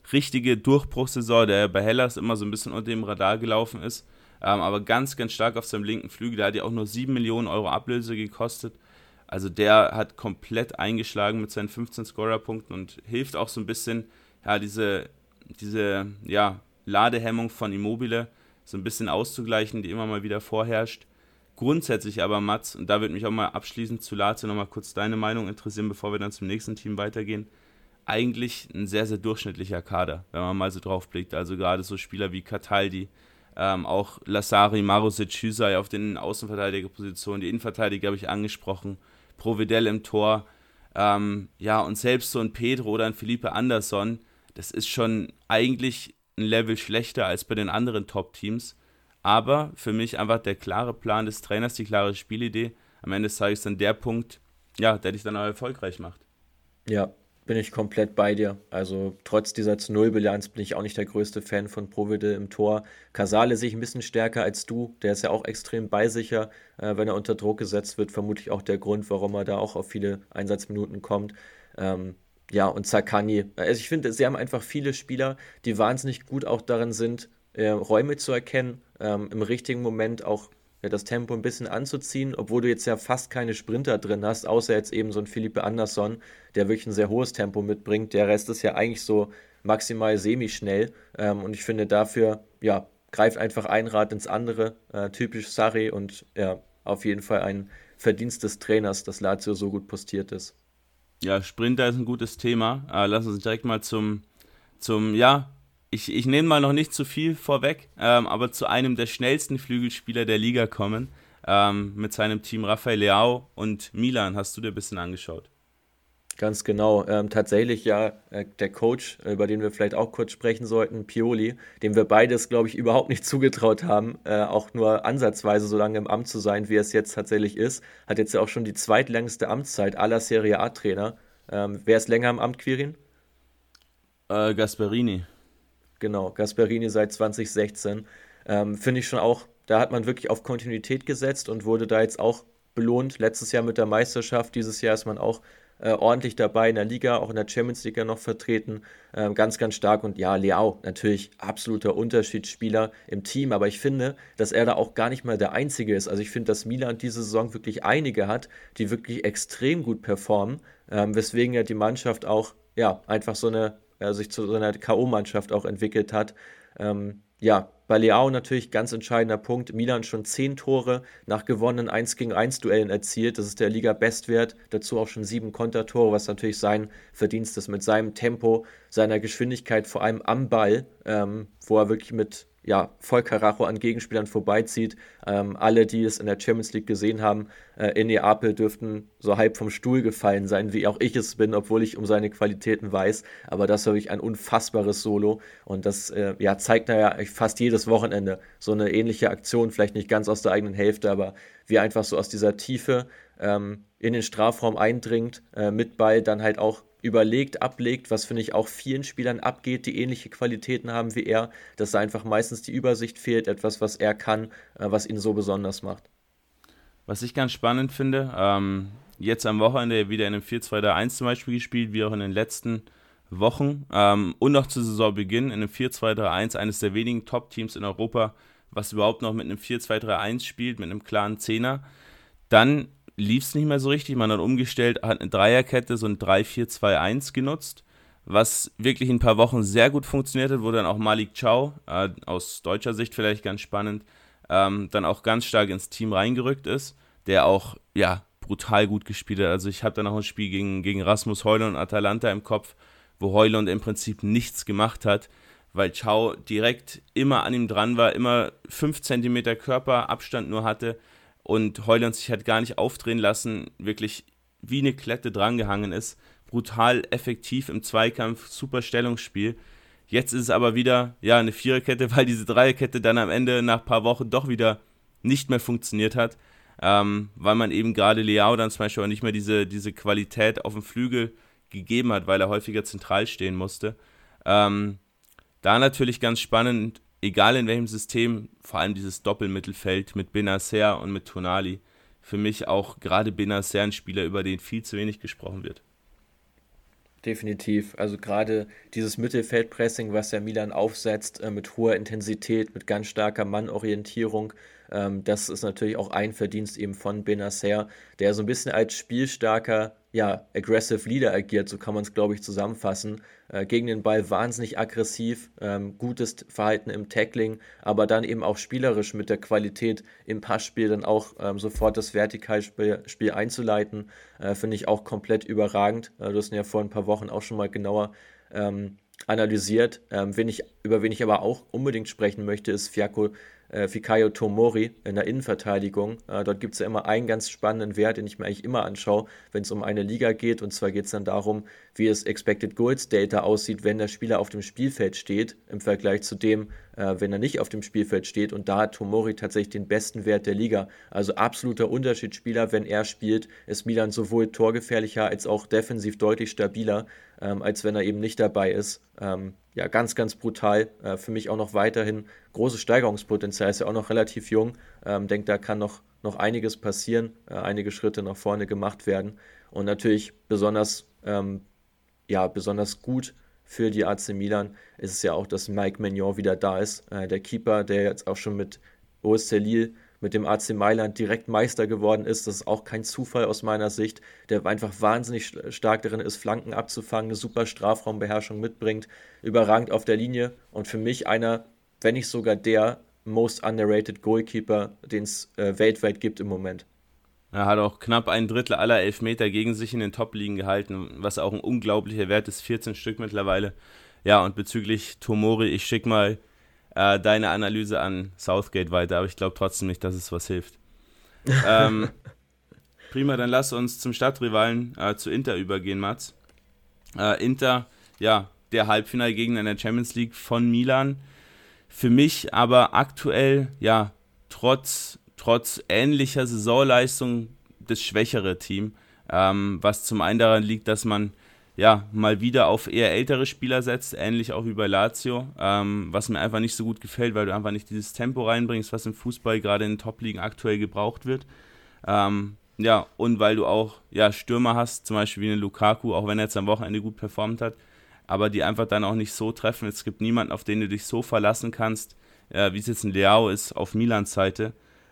richtige Durchbruchssaison, der bei Hellas immer so ein bisschen unter dem Radar gelaufen ist, aber ganz, ganz stark auf seinem linken Flügel. Der hat ja auch nur 7 Millionen Euro Ablöse gekostet. Also der hat komplett eingeschlagen mit seinen 15 Scorerpunkten und hilft auch so ein bisschen, ja, diese Ladehemmung von Immobile so ein bisschen auszugleichen, die immer mal wieder vorherrscht. Grundsätzlich aber, Mats, und da würde mich auch mal abschließend zu Lazio nochmal kurz deine Meinung interessieren, bevor wir dann zum nächsten Team weitergehen. Eigentlich ein sehr, sehr durchschnittlicher Kader, wenn man mal so drauf blickt. Also gerade so Spieler wie Cataldi, auch Lassari, Marusic, Hysaj auf den Außenverteidigerpositionen, die Innenverteidiger habe ich angesprochen, Provedel im Tor, und selbst so ein Pedro oder ein Felipe Anderson, das ist schon eigentlich ein Level schlechter als bei den anderen Top-Teams. Aber für mich einfach der klare Plan des Trainers, die klare Spielidee. Am Ende des Tages dann der Punkt, ja, der dich dann auch erfolgreich macht. Ja, bin ich komplett bei dir. Also trotz dieser zu Null-Bilanz bin ich auch nicht der größte Fan von Provedel im Tor. Casale sehe ich ein bisschen stärker als du. Der ist ja auch extrem beisicher, wenn er unter Druck gesetzt wird. Vermutlich auch der Grund, warum er da auch auf viele Einsatzminuten kommt. Und Zaccagni. Also ich finde, sie haben einfach viele Spieler, die wahnsinnig gut auch darin sind, Räume zu erkennen, im richtigen Moment auch das Tempo ein bisschen anzuziehen, obwohl du jetzt ja fast keine Sprinter drin hast, außer jetzt eben so ein Felipe Anderson, der wirklich ein sehr hohes Tempo mitbringt. Der Rest ist ja eigentlich so maximal semi-schnell, und ich finde dafür, ja, greift einfach ein Rad ins andere, typisch Sarri, und ja, auf jeden Fall ein Verdienst des Trainers, dass Lazio so gut postiert ist. Ja, Sprinter ist ein gutes Thema. Lass uns direkt mal ich nehme mal noch nicht zu viel vorweg, aber zu einem der schnellsten Flügelspieler der Liga kommen, mit seinem Team Rafael Leao und Milan. Hast du dir ein bisschen angeschaut? Ganz genau. Tatsächlich ja, der Coach, über den wir vielleicht auch kurz sprechen sollten, Pioli, dem wir beides, glaube ich, überhaupt nicht zugetraut haben, auch nur ansatzweise so lange im Amt zu sein, wie es jetzt tatsächlich ist, hat jetzt ja auch schon die zweitlängste Amtszeit aller Serie A-Trainer. Wer ist länger im Amt, Quirin? Gasperini. Genau, Gasperini seit 2016. Finde ich schon auch, da hat man wirklich auf Kontinuität gesetzt und wurde da jetzt auch belohnt. Letztes Jahr mit der Meisterschaft, dieses Jahr ist man auch ordentlich dabei in der Liga, auch in der Champions League noch vertreten. Ganz, ganz stark. Und ja, Leao, natürlich absoluter Unterschiedsspieler im Team, aber ich finde, dass er da auch gar nicht mal der Einzige ist. Also ich finde, dass Milan diese Saison wirklich einige hat, die wirklich extrem gut performen, weswegen ja die Mannschaft auch, ja, einfach sich zu so einer K.O.-Mannschaft auch entwickelt hat. Bei Leao natürlich ganz entscheidender Punkt. Milan schon 10 Tore nach gewonnenen 1-gegen-1 Duellen erzielt. Das ist der Liga-Bestwert. Dazu auch schon 7 Kontertore, was natürlich sein Verdienst ist mit seinem Tempo, seiner Geschwindigkeit, vor allem am Ball, wo er wirklich mit Vollkaracho an Gegenspielern vorbeizieht. Alle, die es in der Champions League gesehen haben, in Neapel dürften so halb vom Stuhl gefallen sein, wie auch ich es bin, obwohl ich um seine Qualitäten weiß. Aber das war wirklich ein unfassbares Solo. Und das zeigt fast jedes Wochenende so eine ähnliche Aktion, vielleicht nicht ganz aus der eigenen Hälfte, aber wie einfach so aus dieser Tiefe in den Strafraum eindringt, mit Ball dann halt auch überlegt, ablegt, was finde ich auch vielen Spielern abgeht, die ähnliche Qualitäten haben wie er, dass da einfach meistens die Übersicht fehlt, etwas, was er kann, was ihn so besonders macht. Was ich ganz spannend finde, jetzt am Wochenende wieder in einem 4-2-3-1 zum Beispiel gespielt, wie auch in den letzten Wochen, und noch zu Saisonbeginn in einem 4-2-3-1, eines der wenigen Top-Teams in Europa, was überhaupt noch mit einem 4-2-3-1 spielt, mit einem klaren Zehner. Dann lief es nicht mehr so richtig, man hat umgestellt, hat eine Dreierkette, so ein 3-4-2-1 genutzt, was wirklich in ein paar Wochen sehr gut funktioniert hat, wo dann auch Malik Thiaw, aus deutscher Sicht vielleicht ganz spannend, dann auch ganz stark ins Team reingerückt ist, der auch, brutal gut gespielt hat. Also ich habe dann auch ein Spiel gegen Rasmus Højlund und Atalanta im Kopf, wo Højlund im Prinzip nichts gemacht hat, weil Thiaw direkt immer an ihm dran war, immer 5 cm Körperabstand nur hatte, und Højlund sich hat gar nicht aufdrehen lassen, wirklich wie eine Klette drangehangen ist, brutal effektiv im Zweikampf, super Stellungsspiel. Jetzt ist es aber wieder eine Viererkette, weil diese Dreierkette dann am Ende nach ein paar Wochen doch wieder nicht mehr funktioniert hat, weil man eben gerade Leao dann zum Beispiel auch nicht mehr diese Qualität auf dem Flügel gegeben hat, weil er häufiger zentral stehen musste. Da natürlich ganz spannend, egal in welchem System, vor allem dieses Doppelmittelfeld mit Benacer und mit Tonali, für mich auch gerade Benacer ein Spieler, über den viel zu wenig gesprochen wird. Definitiv. Also gerade dieses Mittelfeldpressing, was ja Milan aufsetzt, mit hoher Intensität, mit ganz starker Mannorientierung, das ist natürlich auch ein Verdienst eben von Benacer, der so ein bisschen als spielstarker, ja, aggressive Leader agiert, so kann man es, glaube ich, zusammenfassen. Gegen den Ball wahnsinnig aggressiv, gutes Verhalten im Tackling, aber dann eben auch spielerisch mit der Qualität im Passspiel dann auch sofort das Vertikalspiel einzuleiten, finde ich auch komplett überragend. Du hast ihn ja vor ein paar Wochen auch schon mal genauer analysiert. Über wen ich aber auch unbedingt sprechen möchte, ist Fikayo Tomori in der Innenverteidigung. Dort gibt es ja immer einen ganz spannenden Wert, den ich mir eigentlich immer anschaue, wenn es um eine Liga geht. Und zwar geht es dann darum, wie es Expected Goals Data aussieht, wenn der Spieler auf dem Spielfeld steht, im Vergleich zu dem, wenn er nicht auf dem Spielfeld steht. Und da hat Tomori tatsächlich den besten Wert der Liga. Also absoluter Unterschiedsspieler, wenn er spielt, ist Milan sowohl torgefährlicher als auch defensiv deutlich stabiler, als wenn er eben nicht dabei ist. Ja, ganz, ganz brutal. Für mich auch noch weiterhin großes Steigerungspotenzial. Ist ja auch noch relativ jung. Denke, da kann noch einiges passieren, einige Schritte nach vorne gemacht werden. Und natürlich besonders gut für die AC Milan ist es ja auch, dass Mike Maignan wieder da ist. Der Keeper, der jetzt auch schon mit OSC Lille, mit dem AC Mailand direkt Meister geworden ist. Das ist auch kein Zufall aus meiner Sicht, der einfach wahnsinnig stark darin ist, Flanken abzufangen, eine super Strafraumbeherrschung mitbringt, überragend auf der Linie und für mich einer, wenn nicht sogar der most underrated Goalkeeper, den es weltweit gibt im Moment. Er hat auch knapp ein Drittel aller Elfmeter gegen sich in den Top-Ligen gehalten, was auch ein unglaublicher Wert ist, 14 Stück mittlerweile. Ja, und bezüglich Tomori, ich schicke mal deine Analyse an Southgate weiter, aber ich glaube trotzdem nicht, dass es was hilft. Prima, dann lass uns zum Stadtrivalen zu Inter übergehen, Mats. Inter, ja, der Halbfinalgegner in der Champions League von Milan. Für mich aber aktuell, ja, trotz ähnlicher Saisonleistung das schwächere Team, was zum einen daran liegt, dass man ja mal wieder auf eher ältere Spieler setzt, ähnlich auch wie bei Lazio, was mir einfach nicht so gut gefällt, weil du einfach nicht dieses Tempo reinbringst, was im Fußball gerade in den Top-Ligen aktuell gebraucht wird. Ja, und weil du auch Stürmer hast, zum Beispiel wie einen Lukaku, auch wenn er jetzt am Wochenende gut performt hat, aber die einfach dann auch nicht so treffen. Es gibt niemanden, auf den du dich so verlassen kannst, wie es jetzt ein Leao ist auf Milans Seite.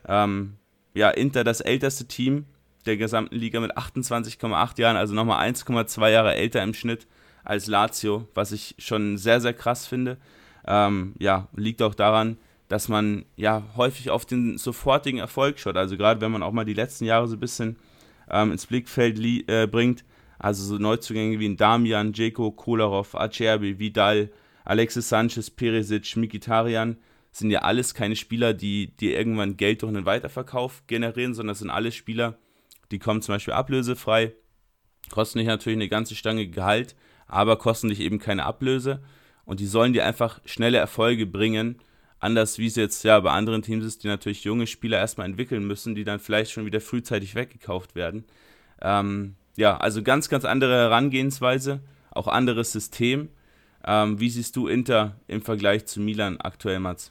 Inter das älteste Team der gesamten Liga mit 28,8 Jahren, also nochmal 1,2 Jahre älter im Schnitt als Lazio, was ich schon sehr, sehr krass finde. Liegt auch daran, dass man häufig auf den sofortigen Erfolg schaut, also gerade wenn man auch mal die letzten Jahre so ein bisschen ins Blickfeld bringt, also so Neuzugänge wie ein Damian, Dzeko, Kolarov, Acerbi, Vidal, Alexis Sanchez, Perisic, Mkhitaryan, sind ja alles keine Spieler, die irgendwann Geld durch einen Weiterverkauf generieren, sondern das sind alles Spieler, die kommen zum Beispiel ablösefrei, kosten dich natürlich eine ganze Stange Gehalt, aber kosten dich eben keine Ablöse und die sollen dir einfach schnelle Erfolge bringen, anders wie es jetzt bei anderen Teams ist, die natürlich junge Spieler erstmal entwickeln müssen, die dann vielleicht schon wieder frühzeitig weggekauft werden. Also ganz, ganz andere Herangehensweise, auch anderes System. Wie siehst du Inter im Vergleich zu Milan aktuell, Mats?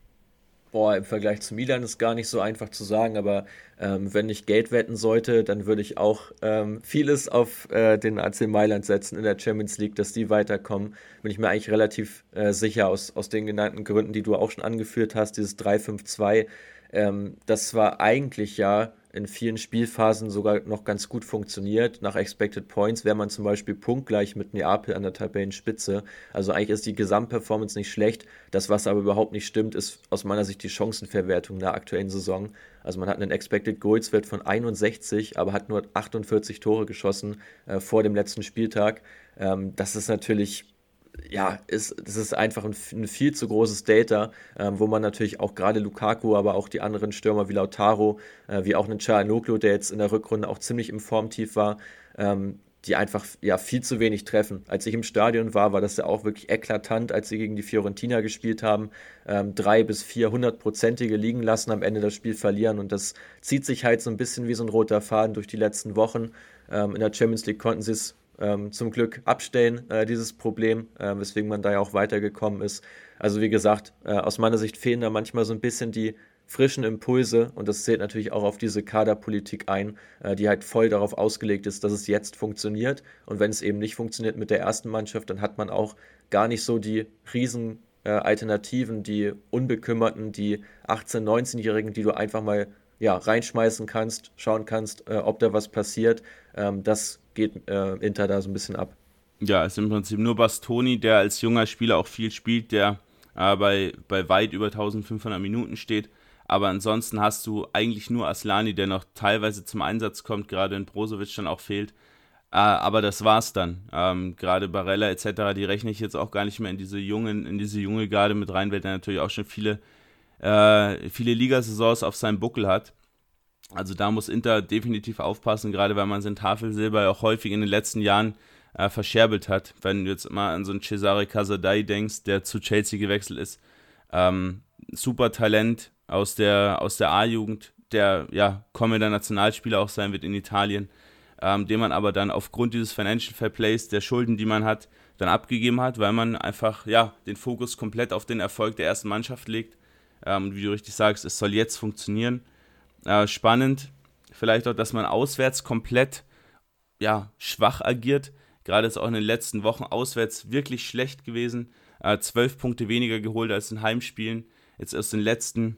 Im Vergleich zu Milan ist gar nicht so einfach zu sagen, aber wenn ich Geld wetten sollte, dann würde ich auch vieles auf den AC Mailand setzen in der Champions League, dass die weiterkommen. Bin ich mir eigentlich relativ sicher aus den genannten Gründen, die du auch schon angeführt hast, dieses 3-5-2. Das war eigentlich in vielen Spielphasen sogar noch ganz gut funktioniert. Nach Expected Points wäre man zum Beispiel punktgleich mit Neapel an der Tabellenspitze. Also eigentlich ist die Gesamtperformance nicht schlecht. Das, was aber überhaupt nicht stimmt, ist aus meiner Sicht die Chancenverwertung in der aktuellen Saison. Also man hat einen Expected Goals Wert von 61, aber hat nur 48 Tore geschossen vor dem letzten Spieltag. Das ist natürlich... das ist einfach ein viel zu großes Data, wo man natürlich auch gerade Lukaku, aber auch die anderen Stürmer wie Lautaro, wie auch einen Çalhanoğlu, der jetzt in der Rückrunde auch ziemlich im Formtief war, die einfach viel zu wenig treffen. Als ich im Stadion war das ja auch wirklich eklatant, als sie gegen die Fiorentina gespielt haben, 3 bis 4 100-prozentige liegen lassen, am Ende das Spiel verlieren und das zieht sich halt so ein bisschen wie so ein roter Faden durch die letzten Wochen. In der Champions League konnten sie es zum Glück abstellen, dieses Problem, weswegen man da ja auch weitergekommen ist. Also wie gesagt, aus meiner Sicht fehlen da manchmal so ein bisschen die frischen Impulse und das zählt natürlich auch auf diese Kaderpolitik ein, die halt voll darauf ausgelegt ist, dass es jetzt funktioniert und wenn es eben nicht funktioniert mit der ersten Mannschaft, dann hat man auch gar nicht so die riesen Alternativen, die Unbekümmerten, die 18-, 19-Jährigen, die du einfach mal reinschmeißen kannst, schauen kannst, ob da was passiert. Das geht Inter da so ein bisschen ab. Ja, es ist im Prinzip nur Bastoni, der als junger Spieler auch viel spielt, der bei weit über 1500 Minuten steht. Aber ansonsten hast du eigentlich nur Aslani, der noch teilweise zum Einsatz kommt, gerade wenn Brozovic dann auch fehlt. Aber das war's dann. Gerade Barella etc., die rechne ich jetzt auch gar nicht mehr in diese junge Garde mit rein, weil der natürlich auch schon viele Ligasaisons auf seinem Buckel hat. Also da muss Inter definitiv aufpassen, gerade weil man sein Tafelsilber ja auch häufig in den letzten Jahren verscherbelt hat. Wenn du jetzt mal an so einen Cesare Casadei denkst, der zu Chelsea gewechselt ist, super Talent aus der A-Jugend, der kommender Nationalspieler auch sein wird in Italien, den man aber dann aufgrund dieses Financial Fair Plays, der Schulden, die man hat, dann abgegeben hat, weil man einfach den Fokus komplett auf den Erfolg der ersten Mannschaft legt. Wie du richtig sagst, es soll jetzt funktionieren. Spannend, vielleicht auch, dass man auswärts komplett schwach agiert. Gerade ist auch in den letzten Wochen auswärts wirklich schlecht gewesen. 12 Punkte weniger geholt als in Heimspielen. Jetzt aus den letzten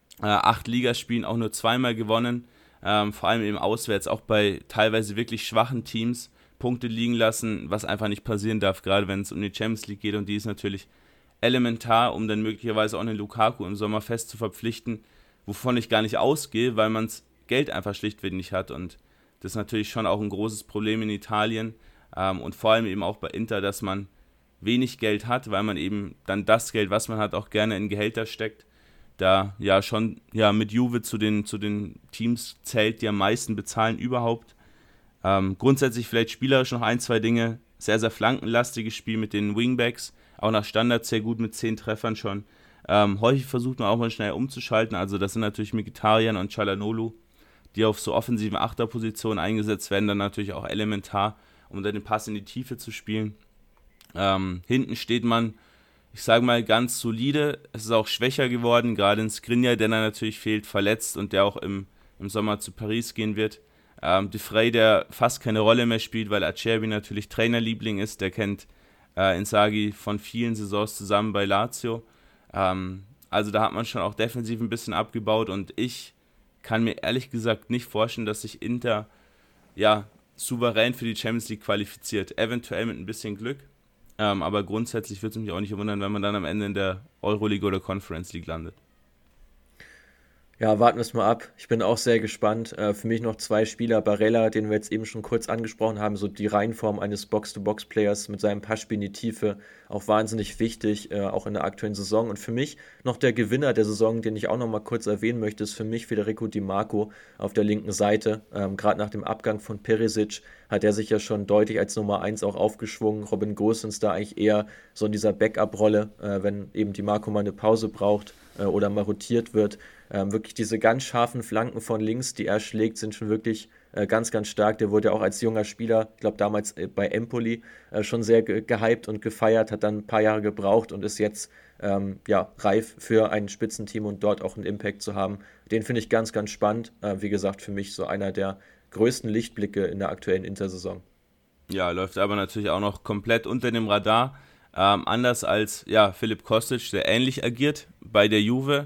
8 Ligaspielen auch nur 2-mal gewonnen. Vor allem eben auswärts, auch bei teilweise wirklich schwachen Teams Punkte liegen lassen, was einfach nicht passieren darf, gerade wenn es um die Champions League geht. Und die ist natürlich elementar, um dann möglicherweise auch einen Lukaku im Sommer fest zu verpflichten, wovon ich gar nicht ausgehe, weil man das Geld einfach schlichtweg nicht hat. Und das ist natürlich schon auch ein großes Problem in Italien und vor allem eben auch bei Inter, dass man wenig Geld hat, weil man eben dann das Geld, was man hat, auch gerne in Gehälter steckt. Da schon mit Juve zu den Teams zählt, die am meisten bezahlen überhaupt. Grundsätzlich vielleicht spielerisch noch ein, zwei Dinge. Sehr, sehr flankenlastiges Spiel mit den Wingbacks, auch nach Standards sehr gut mit 10 Treffern schon. Häufig versucht man auch mal schnell umzuschalten, also das sind natürlich Mkhitaryan und Çalhanoğlu, die auf so offensiven Achterpositionen eingesetzt werden, dann natürlich auch elementar, um dann den Pass in die Tiefe zu spielen. Hinten steht man, ich sage mal, ganz solide. Es ist auch schwächer geworden, gerade in Skriniar, der dann natürlich fehlt, verletzt und der auch im Sommer zu Paris gehen wird. De Vrij, der fast keine Rolle mehr spielt, weil Acerbi natürlich Trainerliebling ist. Der kennt Inzaghi von vielen Saisons zusammen bei Lazio. Also da hat man schon auch defensiv ein bisschen abgebaut und ich kann mir ehrlich gesagt nicht vorstellen, dass sich Inter souverän für die Champions League qualifiziert. Eventuell mit ein bisschen Glück. Aber grundsätzlich würde es mich auch nicht wundern, wenn man dann am Ende in der Euroleague oder Conference League landet. Ja, warten wir es mal ab. Ich bin auch sehr gespannt. Für mich noch 2 Spieler. Barella, den wir jetzt eben schon kurz angesprochen haben, so die Reihenform eines Box-to-Box-Players mit seinem Passspiel in die Tiefe, auch wahnsinnig wichtig, auch in der aktuellen Saison. Und für mich noch der Gewinner der Saison, den ich auch noch mal kurz erwähnen möchte, ist für mich Federico Di Marco auf der linken Seite. Gerade nach dem Abgang von Perisic hat er sich ja schon deutlich als Nummer 1 auch aufgeschwungen. Robin Gosens da eigentlich eher so in dieser Backup-Rolle, wenn eben Di Marco mal eine Pause braucht oder mal rotiert wird. Wirklich diese ganz scharfen Flanken von links, die er schlägt, sind schon wirklich ganz, ganz stark. Der wurde ja auch als junger Spieler, ich glaube damals bei Empoli, schon sehr gehypt und gefeiert, hat dann ein paar Jahre gebraucht und ist jetzt reif für ein Spitzenteam und dort auch einen Impact zu haben. Den finde ich ganz, ganz spannend. Wie gesagt, für mich so einer der größten Lichtblicke in der aktuellen Intersaison. Ja, läuft aber natürlich auch noch komplett unter dem Radar. Anders als Filip Kostic, der ähnlich agiert bei der Juve.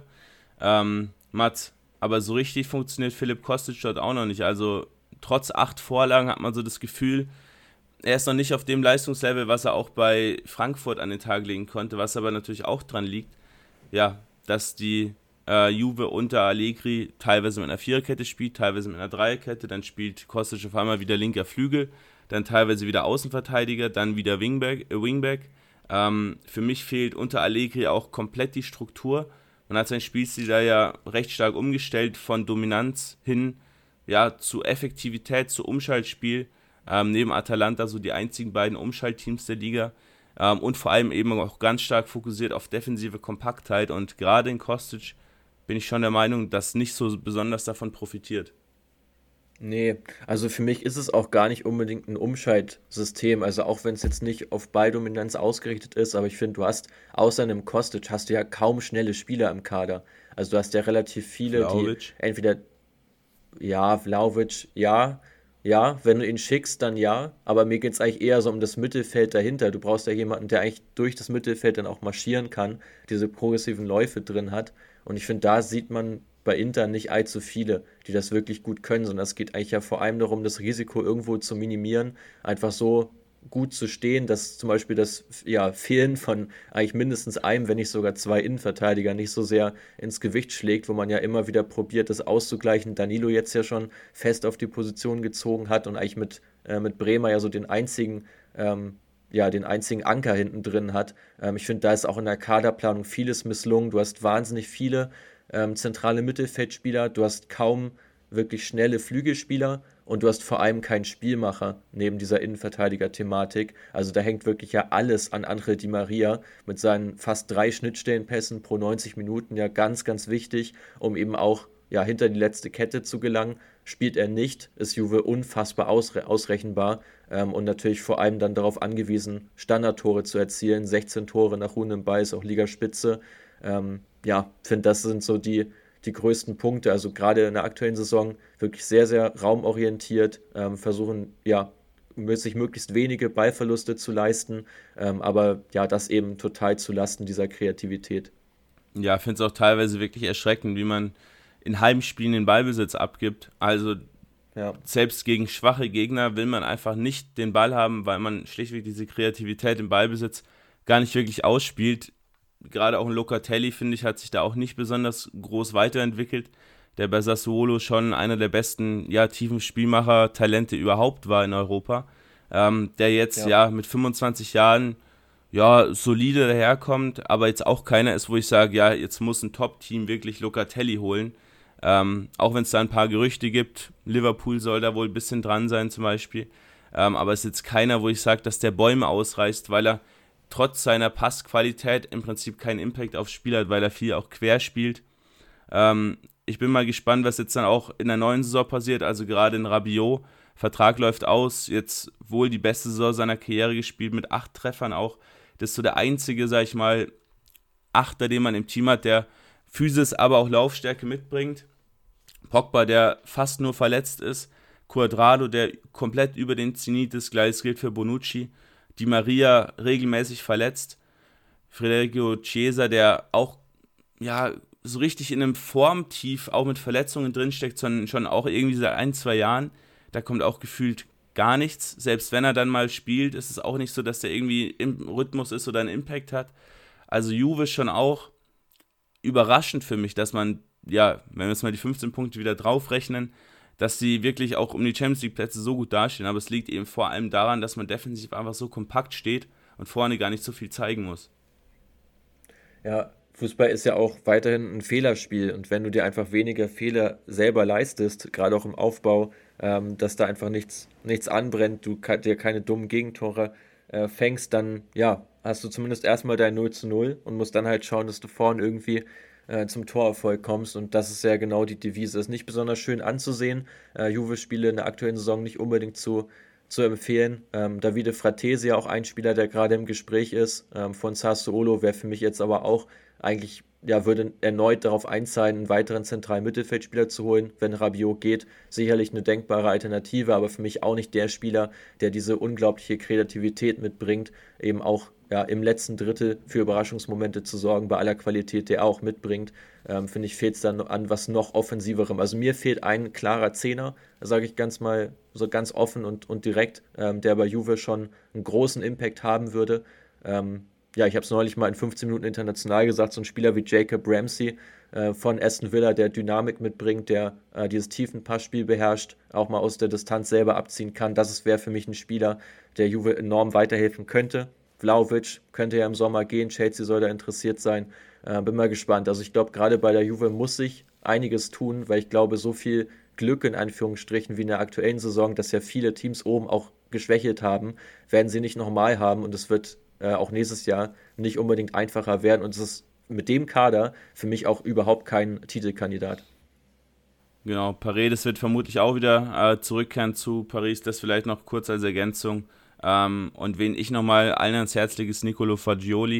Mats, aber so richtig funktioniert Filip Kostic dort auch noch nicht. Also trotz 8 Vorlagen hat man so das Gefühl, er ist noch nicht auf dem Leistungslevel, was er auch bei Frankfurt an den Tag legen konnte, was aber natürlich auch dran liegt, dass die Juve unter Allegri teilweise mit einer Viererkette spielt, teilweise mit einer Dreierkette, dann spielt Kostic auf einmal wieder linker Flügel, dann teilweise wieder Außenverteidiger, dann wieder Wingback. Für mich fehlt unter Allegri auch komplett die Struktur. Man hat sein Spielstil da ja recht stark umgestellt von Dominanz hin zu Effektivität, zu Umschaltspiel. Neben Atalanta so die einzigen beiden Umschaltteams der Liga. Und vor allem eben auch ganz stark fokussiert auf defensive Kompaktheit. Und gerade in Kostic bin ich schon der Meinung, dass nicht so besonders davon profitiert. Nee, also für mich ist es auch gar nicht unbedingt ein Umschaltsystem, also auch wenn es jetzt nicht auf Balldominanz ausgerichtet ist, aber ich finde, du hast außer einem Kostic hast du ja kaum schnelle Spieler im Kader. Also du hast ja relativ viele, die Vlahovic. entweder, ja, Vlahovic, wenn du ihn schickst, dann ja, aber mir geht es eigentlich eher so um das Mittelfeld dahinter. Du brauchst ja jemanden, der eigentlich durch das Mittelfeld dann auch marschieren kann, diese progressiven Läufe drin hat. Und ich finde, da sieht man bei Inter nicht allzu viele, die das wirklich gut können, sondern es geht eigentlich ja vor allem darum, das Risiko irgendwo zu minimieren, einfach so gut zu stehen, dass zum Beispiel das Fehlen von eigentlich mindestens einem, wenn nicht sogar zwei Innenverteidiger nicht so sehr ins Gewicht schlägt, wo man ja immer wieder probiert, das auszugleichen. Danilo jetzt ja schon fest auf die Position gezogen hat und eigentlich mit Bremer ja so den einzigen Anker hinten drin hat. Ich finde, da ist auch in der Kaderplanung vieles misslungen. Du hast wahnsinnig viele zentrale Mittelfeldspieler, du hast kaum wirklich schnelle Flügelspieler und du hast vor allem keinen Spielmacher neben dieser Innenverteidiger-Thematik. Also da hängt wirklich ja alles an Angel Di Maria mit seinen fast 3 Schnittstellenpässen pro 90 Minuten, ja ganz, ganz wichtig, um eben auch hinter die letzte Kette zu gelangen. Spielt er nicht, ist Juve unfassbar ausrechenbar und natürlich vor allem dann darauf angewiesen, Standardtore zu erzielen. 16 Tore nach ruhendem Ball ist auch Ligaspitze. Finde, das sind so die größten Punkte. Also gerade in der aktuellen Saison wirklich sehr, sehr raumorientiert, versuchen, sich möglichst wenige Ballverluste zu leisten, aber das eben total zu Lasten dieser Kreativität. Ja, ich finde es auch teilweise wirklich erschreckend, wie man in Heimspielen den Ballbesitz abgibt. Also selbst gegen schwache Gegner will man einfach nicht den Ball haben, weil man schlichtweg diese Kreativität im Ballbesitz gar nicht wirklich ausspielt. Gerade auch ein Locatelli, finde ich, hat sich da auch nicht besonders groß weiterentwickelt, der bei Sassuolo schon einer der besten tiefen Spielmacher-Talente überhaupt war in Europa, der jetzt mit 25 Jahren solide daherkommt, aber jetzt auch keiner ist, wo ich sage, jetzt muss ein Top-Team wirklich Locatelli holen, auch wenn es da ein paar Gerüchte gibt, Liverpool soll da wohl ein bisschen dran sein zum Beispiel, aber es ist jetzt keiner, wo ich sage, dass der Bäume ausreißt, weil er trotz seiner Passqualität im Prinzip keinen Impact aufs Spiel hat, weil er viel auch quer spielt. Ich bin mal gespannt, was jetzt dann auch in der neuen Saison passiert, also gerade in Rabiot. Vertrag läuft aus, jetzt wohl die beste Saison seiner Karriere gespielt mit 8 Treffern auch. Das ist so der einzige, sag ich mal, Achter, den man im Team hat, der Physis, aber auch Laufstärke mitbringt. Pogba, der fast nur verletzt ist. Cuadrado, der komplett über den Zenit ist. Gleiches gilt für Bonucci. Di Maria regelmäßig verletzt. Federico Chiesa, der auch so richtig in einem Formtief auch mit Verletzungen drinsteckt, sondern schon auch irgendwie seit 1-2 Jahren. Da kommt auch gefühlt gar nichts. Selbst wenn er dann mal spielt, ist es auch nicht so, dass der irgendwie im Rhythmus ist oder einen Impact hat. Also Juve schon auch überraschend für mich, dass man, wenn wir jetzt mal die 15 Punkte wieder draufrechnen, dass sie wirklich auch um die Champions League Plätze so gut dastehen, aber es liegt eben vor allem daran, dass man defensiv einfach so kompakt steht und vorne gar nicht so viel zeigen muss. Ja, Fußball ist ja auch weiterhin ein Fehlerspiel und wenn du dir einfach weniger Fehler selber leistest, gerade auch im Aufbau, dass da einfach nichts anbrennt, du dir keine dummen Gegentore fängst, dann hast du zumindest erstmal dein 0:0 und musst dann halt schauen, dass du vorne irgendwie zum Torerfolg kommst und das ist ja genau die Devise. Ist nicht besonders schön anzusehen. Juve-Spiele in der aktuellen Saison nicht unbedingt zu empfehlen. Davide Fratesi, auch ein Spieler, der gerade im Gespräch ist, von Sassuolo, wäre für mich jetzt aber auch eigentlich, würde erneut darauf einzahlen, einen weiteren zentralen Mittelfeldspieler zu holen, wenn Rabiot geht. Sicherlich eine denkbare Alternative, aber für mich auch nicht der Spieler, der diese unglaubliche Kreativität mitbringt, eben auch im letzten Drittel für Überraschungsmomente zu sorgen, bei aller Qualität, der er auch mitbringt, finde ich, fehlt es dann an was noch Offensiverem. Also mir fehlt ein klarer Zehner, sage ich ganz offen und direkt, der bei Juve schon einen großen Impact haben würde. Ich habe es neulich mal in 15 Minuten international gesagt, so ein Spieler wie Jacob Ramsey von Aston Villa, der Dynamik mitbringt, der dieses tiefen Passspiel beherrscht, auch mal aus der Distanz selber abziehen kann. Das wäre für mich ein Spieler, der Juve enorm weiterhelfen könnte. Vlahovic könnte ja im Sommer gehen, Chelsea soll da interessiert sein. Bin mal gespannt. Also ich glaube, gerade bei der Juve muss sich einiges tun, weil ich glaube, so viel Glück in Anführungsstrichen wie in der aktuellen Saison, dass ja viele Teams oben auch geschwächelt haben, werden sie nicht nochmal haben und es wird auch nächstes Jahr nicht unbedingt einfacher werden und es ist mit dem Kader für mich auch überhaupt kein Titelkandidat. Genau, Paredes wird vermutlich auch wieder zurückkehren zu Paris, das vielleicht noch kurz als Ergänzung. Und wen ich nochmal allen ans Herz lege, ist Nicolo Fagioli.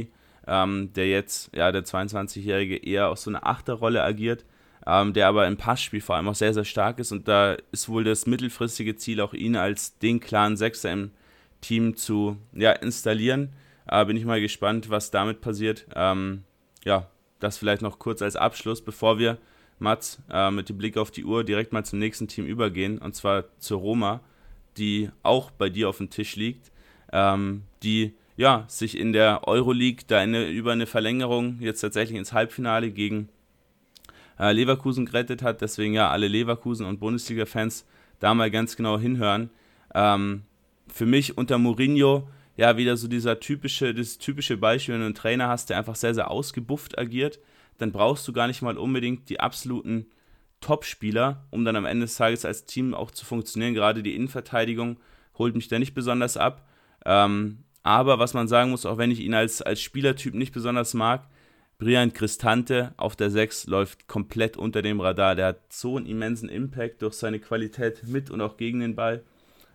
der jetzt, ja, der 22-Jährige eher aus so einer Achterrolle agiert, der aber im Passspiel vor allem auch sehr, sehr stark ist, und da ist wohl das mittelfristige Ziel, auch ihn als den klaren Sechser im Team zu installieren. Bin ich mal gespannt, was damit passiert. Das vielleicht noch kurz als Abschluss, bevor wir, Mats, mit dem Blick auf die Uhr direkt mal zum nächsten Team übergehen, und zwar zur Roma, die auch bei dir auf dem Tisch liegt, die sich in der Euroleague da über eine Verlängerung jetzt tatsächlich ins Halbfinale gegen Leverkusen gerettet hat. Deswegen alle Leverkusen- und Bundesliga-Fans da mal ganz genau hinhören. Für mich unter Mourinho wieder so das typische Beispiel, wenn du einen Trainer hast, der einfach sehr, sehr ausgebufft agiert, dann brauchst du gar nicht mal unbedingt die absoluten Top-Spieler, um dann am Ende des Tages als Team auch zu funktionieren. Gerade die Innenverteidigung holt mich da nicht besonders ab. Aber was man sagen muss, auch wenn ich ihn als Spielertyp nicht besonders mag, Brian Cristante auf der 6 läuft komplett unter dem Radar. Der hat so einen immensen Impact durch seine Qualität mit und auch gegen den Ball.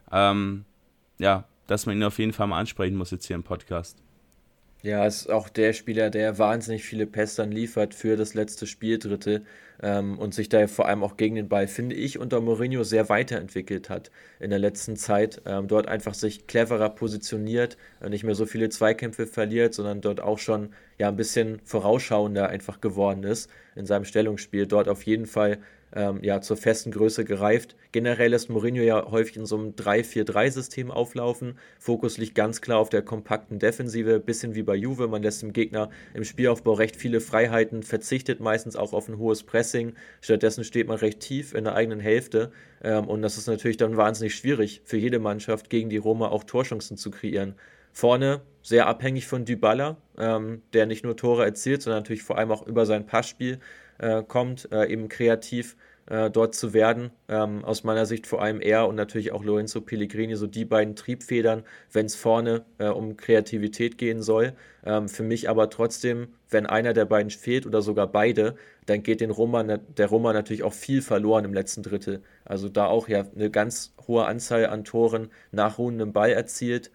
Dass man ihn auf jeden Fall mal ansprechen muss jetzt hier im Podcast. Ja, ist auch der Spieler, der wahnsinnig viele Pässe dann liefert für das letzte Spieldrittel und sich da vor allem auch gegen den Ball, finde ich, unter Mourinho sehr weiterentwickelt hat in der letzten Zeit. Dort einfach sich cleverer positioniert, nicht mehr so viele Zweikämpfe verliert, sondern dort auch schon ein bisschen vorausschauender einfach geworden ist in seinem Stellungsspiel. Dort auf jeden Fall zur festen Größe gereift. Generell lässt Mourinho ja häufig in so einem 3-4-3-System auflaufen. Fokus liegt ganz klar auf der kompakten Defensive, bisschen wie bei Juve. Man lässt dem Gegner im Spielaufbau recht viele Freiheiten, verzichtet meistens auch auf ein hohes Pressing. Stattdessen steht man recht tief in der eigenen Hälfte. Und das ist natürlich dann wahnsinnig schwierig für jede Mannschaft, gegen die Roma auch Torchancen zu kreieren. Vorne sehr abhängig von Dybala, der nicht nur Tore erzielt, sondern natürlich vor allem auch über sein Passspiel kommt, eben kreativ dort zu werden. Aus meiner Sicht vor allem er und natürlich auch Lorenzo Pellegrini, so die beiden Triebfedern, wenn es vorne um Kreativität gehen soll. Für mich aber trotzdem, wenn einer der beiden fehlt oder sogar beide, dann geht der Roma natürlich auch viel verloren im letzten Drittel. Also da auch eine ganz hohe Anzahl an Toren nach ruhendem Ball erzielt,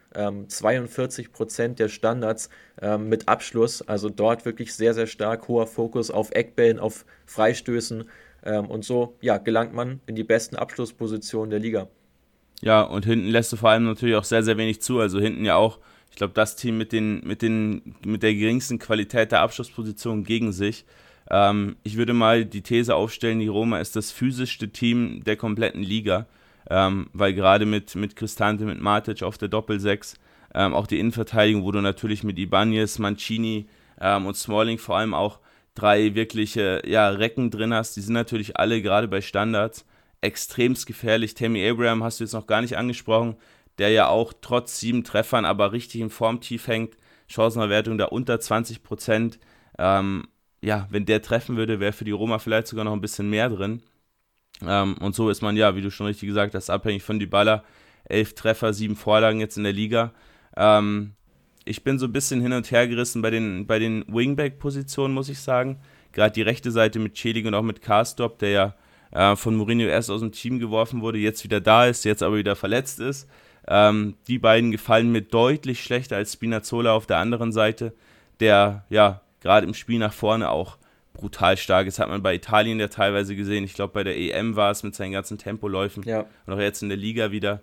42% der Standards mit Abschluss, also dort wirklich sehr, sehr stark hoher Fokus auf Eckbällen, auf Freistößen und so gelangt man in die besten Abschlusspositionen der Liga. Ja, und hinten lässt du vor allem natürlich auch sehr, sehr wenig zu, also hinten ja auch, ich glaube, das Team mit der geringsten Qualität der Abschlussposition gegen sich. Ich würde mal die These aufstellen, die Roma ist das physischste Team der kompletten Liga, weil gerade mit Cristante, mit Matic auf der Doppel-6, auch die Innenverteidigung, wo du natürlich mit Ibanez, Mancini und Smalling vor allem auch 3 wirkliche Recken drin hast, die sind natürlich alle gerade bei Standards extremst gefährlich. Tammy Abraham hast du jetzt noch gar nicht angesprochen, der ja auch trotz 7 Treffern aber richtig im Formtief hängt, Chancenerwertung da unter 20%. Wenn der treffen würde, wäre für die Roma vielleicht sogar noch ein bisschen mehr drin. Und so ist man wie du schon richtig gesagt hast, abhängig von Dybala. 11 Treffer, 7 Vorlagen jetzt in der Liga. Ich bin so ein bisschen hin und her gerissen bei den Wingback-Positionen, muss ich sagen. Gerade die rechte Seite mit Celik und auch mit Karsdorp, der von Mourinho erst aus dem Team geworfen wurde, jetzt wieder da ist, jetzt aber wieder verletzt ist. Die beiden gefallen mir deutlich schlechter als Spinazzola auf der anderen Seite, der gerade im Spiel nach vorne auch brutal stark ist. Hat man bei Italien ja teilweise gesehen. Ich glaube, bei der EM war es mit seinen ganzen Tempoläufen. Ja. Und auch jetzt in der Liga wieder.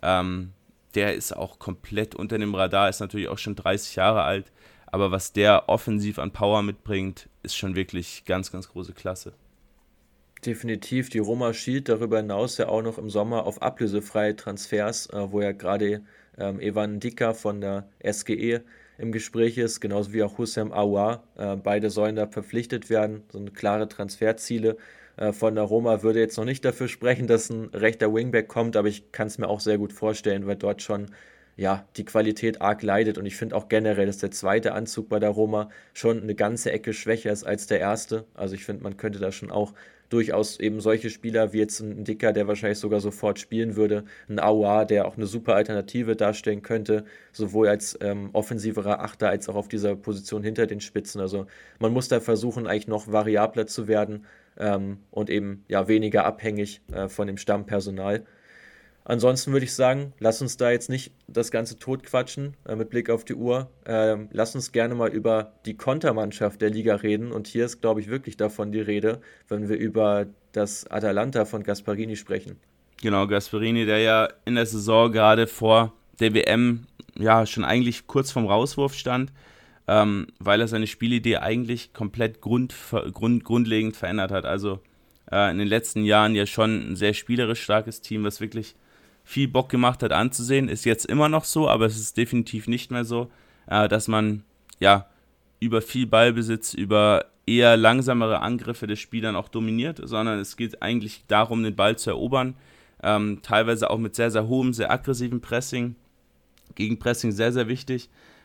Der ist auch komplett unter dem Radar, ist natürlich auch schon 30 Jahre alt. Aber was der offensiv an Power mitbringt, ist schon wirklich ganz, ganz große Klasse. Definitiv. Die Roma schielt darüber hinaus ja auch noch im Sommer auf ablösefreie Transfers, wo ja gerade Evan Ndicka von der SGE im Gespräch ist, genauso wie auch Houssem Aouar. Beide sollen da verpflichtet werden, so eine klare Transferziele. Von der Roma würde jetzt noch nicht dafür sprechen, dass ein rechter Wingback kommt, aber ich kann es mir auch sehr gut vorstellen, weil dort schon die Qualität arg leidet und ich finde auch generell, dass der zweite Anzug bei der Roma schon eine ganze Ecke schwächer ist als der erste. Also ich finde, man könnte da schon auch durchaus eben solche Spieler wie jetzt ein Dicker, der wahrscheinlich sogar sofort spielen würde, ein Aouar, der auch eine super Alternative darstellen könnte, sowohl als offensiverer Achter als auch auf dieser Position hinter den Spitzen. Also man muss da versuchen, eigentlich noch variabler zu werden und eben weniger abhängig von dem Stammpersonal. Ansonsten würde ich sagen, lass uns da jetzt nicht das Ganze totquatschen mit Blick auf die Uhr. Lass uns gerne mal über die Kontermannschaft der Liga reden. Und hier ist, glaube ich, wirklich davon die Rede, wenn wir über das Atalanta von Gasparini sprechen. Genau, Gasperini, der ja in der Saison gerade vor der WM ja schon eigentlich kurz vorm Rauswurf stand, weil er seine Spielidee eigentlich komplett grundlegend verändert hat. Also in den letzten Jahren ja schon ein sehr spielerisch starkes Team, was wirklich viel Bock gemacht hat anzusehen. Ist jetzt immer noch so, aber es ist definitiv nicht mehr so, dass man ja über viel Ballbesitz, über eher langsamere Angriffe des Spielern auch dominiert, sondern es geht eigentlich darum, den Ball zu erobern, teilweise auch mit sehr, sehr hohem, sehr aggressiven Pressing, Gegenpressing sehr, sehr wichtig,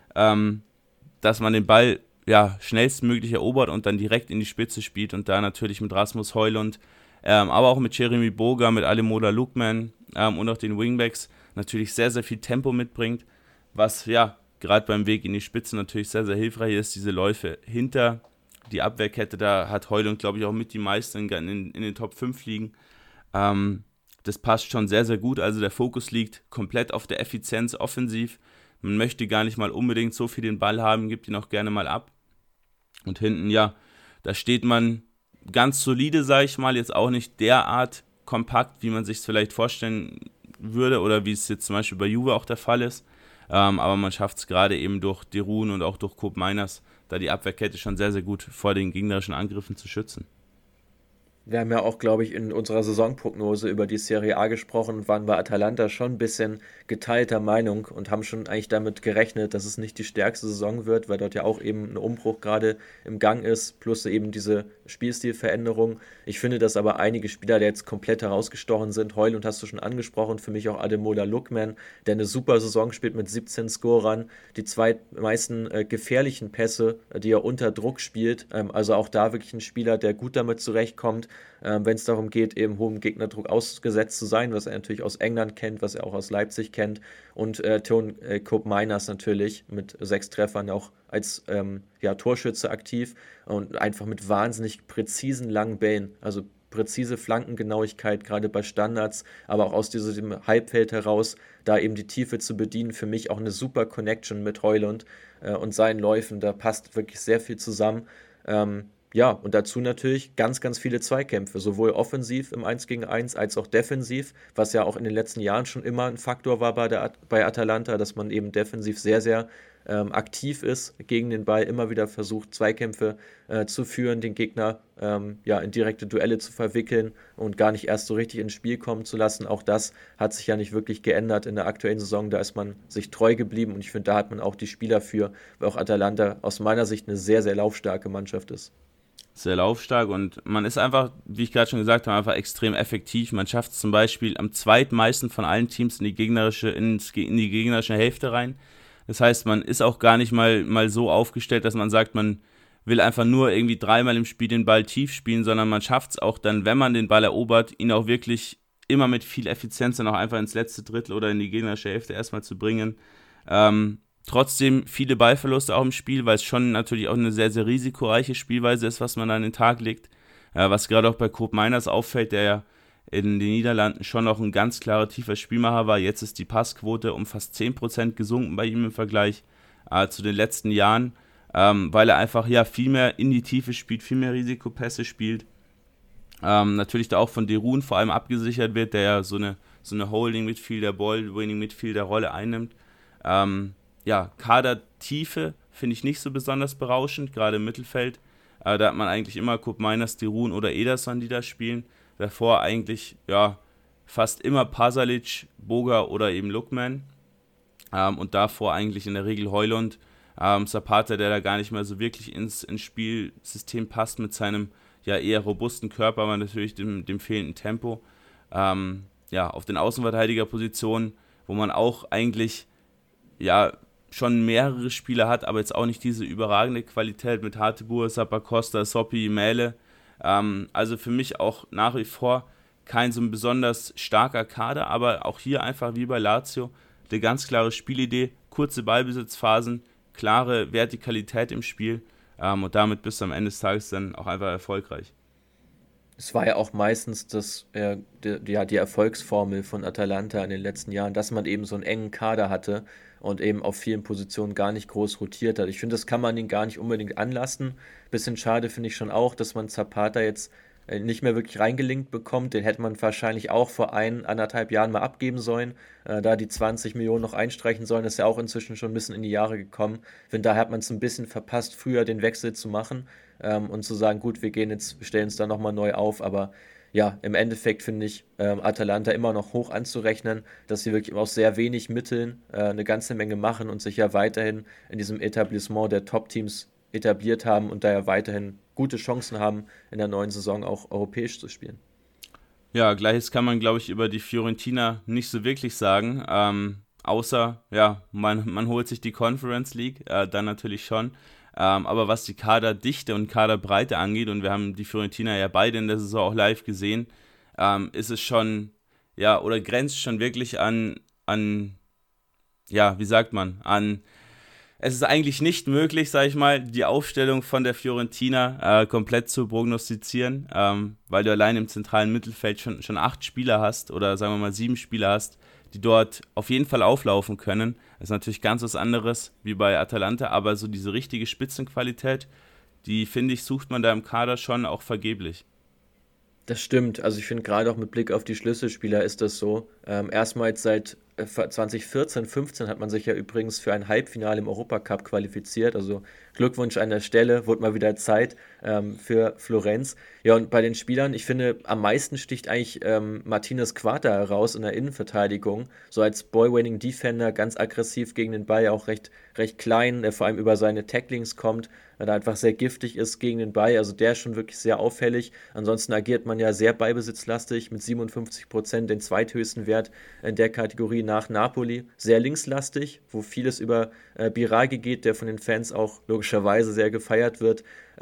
dass man den Ball ja schnellstmöglich erobert und dann direkt in die Spitze spielt und da natürlich mit Rasmus Højlund, aber auch mit Jeremy Boga, mit Ademola Lookman und auch den Wingbacks natürlich sehr, sehr viel Tempo mitbringt, was ja gerade beim Weg in die Spitze natürlich sehr, sehr hilfreich ist, diese Läufe hinter die Abwehrkette, da hat Højlund, glaube ich, auch mit die meisten in den Top 5 liegen. Das passt schon sehr, sehr gut, also der Fokus liegt komplett auf der Effizienz offensiv. Man möchte gar nicht mal unbedingt so viel den Ball haben, gibt ihn auch gerne mal ab. Und hinten, ja, da steht man ganz solide, sage ich mal, jetzt auch nicht derart kompakt, wie man sich es vielleicht vorstellen würde oder wie es jetzt zum Beispiel bei Juve auch der Fall ist. Aber man schafft es gerade eben durch De Roon und auch durch Koopmeiners, da die Abwehrkette schon sehr, sehr gut vor den gegnerischen Angriffen zu schützen. Wir haben ja auch, glaube ich, in unserer Saisonprognose über die Serie A gesprochen, waren bei Atalanta schon ein bisschen geteilter Meinung und haben schon eigentlich damit gerechnet, dass es nicht die stärkste Saison wird, weil dort ja auch eben ein Umbruch gerade im Gang ist, plus eben diese Spielstilveränderung. Ich finde, dass aber einige Spieler, die jetzt komplett herausgestochen sind, Højlund hast du schon angesprochen, für mich auch Ademola Lookman, der eine super Saison spielt mit 17 Scorern, die zweitmeisten gefährlichen Pässe, die er unter Druck spielt, also auch da wirklich ein Spieler, der gut damit zurechtkommt, wenn es darum geht, eben hohem Gegnerdruck ausgesetzt zu sein, was er natürlich aus England kennt, was er auch aus Leipzig kennt. Und Teun Koopmeiners natürlich mit 6 Treffern auch als Torschütze aktiv und einfach mit wahnsinnig präzisen langen Bällen. Also präzise Flankengenauigkeit, gerade bei Standards, aber auch aus diesem Halbfeld heraus, da eben die Tiefe zu bedienen, für mich auch eine super Connection mit Højlund und seinen Läufen, da passt wirklich sehr viel zusammen. Ja, und dazu natürlich ganz, ganz viele Zweikämpfe, sowohl offensiv im 1 gegen 1 als auch defensiv, was ja auch in den letzten Jahren schon immer ein Faktor war bei Atalanta, dass man eben defensiv sehr, sehr aktiv ist, gegen den Ball immer wieder versucht, Zweikämpfe zu führen, den Gegner in direkte Duelle zu verwickeln und gar nicht erst so richtig ins Spiel kommen zu lassen. Auch das hat sich ja nicht wirklich geändert in der aktuellen Saison, da ist man sich treu geblieben und ich finde, da hat man auch die Spieler für, weil auch Atalanta aus meiner Sicht eine sehr, sehr laufstarke Mannschaft ist. Sehr laufstark und man ist einfach, wie ich gerade schon gesagt habe, einfach extrem effektiv. Man schafft es zum Beispiel am zweitmeisten von allen Teams in die gegnerische Hälfte rein. Das heißt, man ist auch gar nicht mal so aufgestellt, dass man sagt, man will einfach nur irgendwie 3-mal im Spiel den Ball tief spielen, sondern man schafft es auch dann, wenn man den Ball erobert, ihn auch wirklich immer mit viel Effizienz dann auch einfach ins letzte Drittel oder in die gegnerische Hälfte erstmal zu bringen. Trotzdem viele Ballverluste auch im Spiel, weil es schon natürlich auch eine sehr, sehr risikoreiche Spielweise ist, was man an den Tag legt. Was gerade auch bei Koopmeiners auffällt, der ja in den Niederlanden schon noch ein ganz klarer tiefer Spielmacher war. Jetzt ist die Passquote um fast 10% gesunken bei ihm im Vergleich zu den letzten Jahren, weil er einfach viel mehr in die Tiefe spielt, viel mehr Risikopässe spielt. Natürlich da auch von De Roon vor allem abgesichert wird, der ja so eine Holding-Midfielder, Ball-Winning-Midfielder-Rolle einnimmt. Kadertiefe finde ich nicht so besonders berauschend, gerade im Mittelfeld. Da hat man eigentlich immer Koopmeiners, De Roon oder Ederson, die da spielen. Davor eigentlich fast immer Pasalic, Boga oder eben Lookman. Und davor eigentlich in der Regel Højlund. Zapata, der da gar nicht mehr so wirklich ins Spielsystem passt mit seinem eher robusten Körper, aber natürlich dem fehlenden Tempo. Auf den Außenverteidigerpositionen, wo man auch eigentlich schon mehrere Spieler hat, aber jetzt auch nicht diese überragende Qualität mit Hateboer, Zappacosta, Soppi, Mähle. Also für mich auch nach wie vor kein so ein besonders starker Kader, aber auch hier einfach wie bei Lazio eine ganz klare Spielidee, kurze Ballbesitzphasen, klare Vertikalität im Spiel und damit bis am Ende des Tages dann auch einfach erfolgreich. Es war ja auch meistens die Erfolgsformel von Atalanta in den letzten Jahren, dass man eben so einen engen Kader hatte und eben auf vielen Positionen gar nicht groß rotiert hat. Ich finde, das kann man ihnen gar nicht unbedingt anlassen. Bisschen schade finde ich schon auch, dass man Zapata jetzt nicht mehr wirklich reingelinkt bekommt. Den hätte man wahrscheinlich auch vor 1,5 Jahren mal abgeben sollen, da die 20 Millionen noch einstreichen sollen. Das ist ja auch inzwischen schon ein bisschen in die Jahre gekommen. Ich finde, da hat man es ein bisschen verpasst, früher den Wechsel zu machen, und zu sagen, gut, wir stellen uns da nochmal neu auf, aber ja, im Endeffekt finde ich Atalanta immer noch hoch anzurechnen, dass sie wirklich aus sehr wenig Mitteln eine ganze Menge machen und sich ja weiterhin in diesem Etablissement der Top-Teams etabliert haben und daher weiterhin gute Chancen haben, in der neuen Saison auch europäisch zu spielen. Ja, Gleiches kann man, glaube ich, über die Fiorentina nicht so wirklich sagen. Außer, ja, man holt sich die Conference League, dann natürlich schon. Aber was die Kaderdichte und Kaderbreite angeht, und wir haben die Fiorentina ja beide in der Saison auch live gesehen, ist es schon, ja, oder grenzt schon wirklich an, ja, wie sagt man, es ist eigentlich nicht möglich, sag ich mal, die Aufstellung von der Fiorentina komplett zu prognostizieren, weil du allein im zentralen Mittelfeld schon 8 Spieler hast, oder sagen wir mal 7 Spieler hast, die dort auf jeden Fall auflaufen können. Das ist natürlich ganz was anderes wie bei Atalanta, aber so diese richtige Spitzenqualität, die, finde ich, sucht man da im Kader schon auch vergeblich. Das stimmt. Also ich finde gerade auch mit Blick auf die Schlüsselspieler ist das so. Erstmals seit 2014, 15 hat man sich ja übrigens für ein Halbfinale im Europacup qualifiziert. Also Glückwunsch an der Stelle, wurde mal wieder Zeit für Florenz. Ja, und bei den Spielern, ich finde, am meisten sticht eigentlich Martinez Quarta heraus in der Innenverteidigung. So als Ball-Winning-Defender, ganz aggressiv gegen den Ball, auch recht klein, der vor allem über seine Tacklings kommt, weil er einfach sehr giftig ist gegen den Ball. Also der ist schon wirklich sehr auffällig. Ansonsten agiert man ja sehr ballbesitzlastig mit 57%, den zweithöchsten Wert in der Kategorie nach Napoli. Sehr linkslastig, wo vieles über Biragi geht, der von den Fans auch logischerweise sehr gefeiert wird.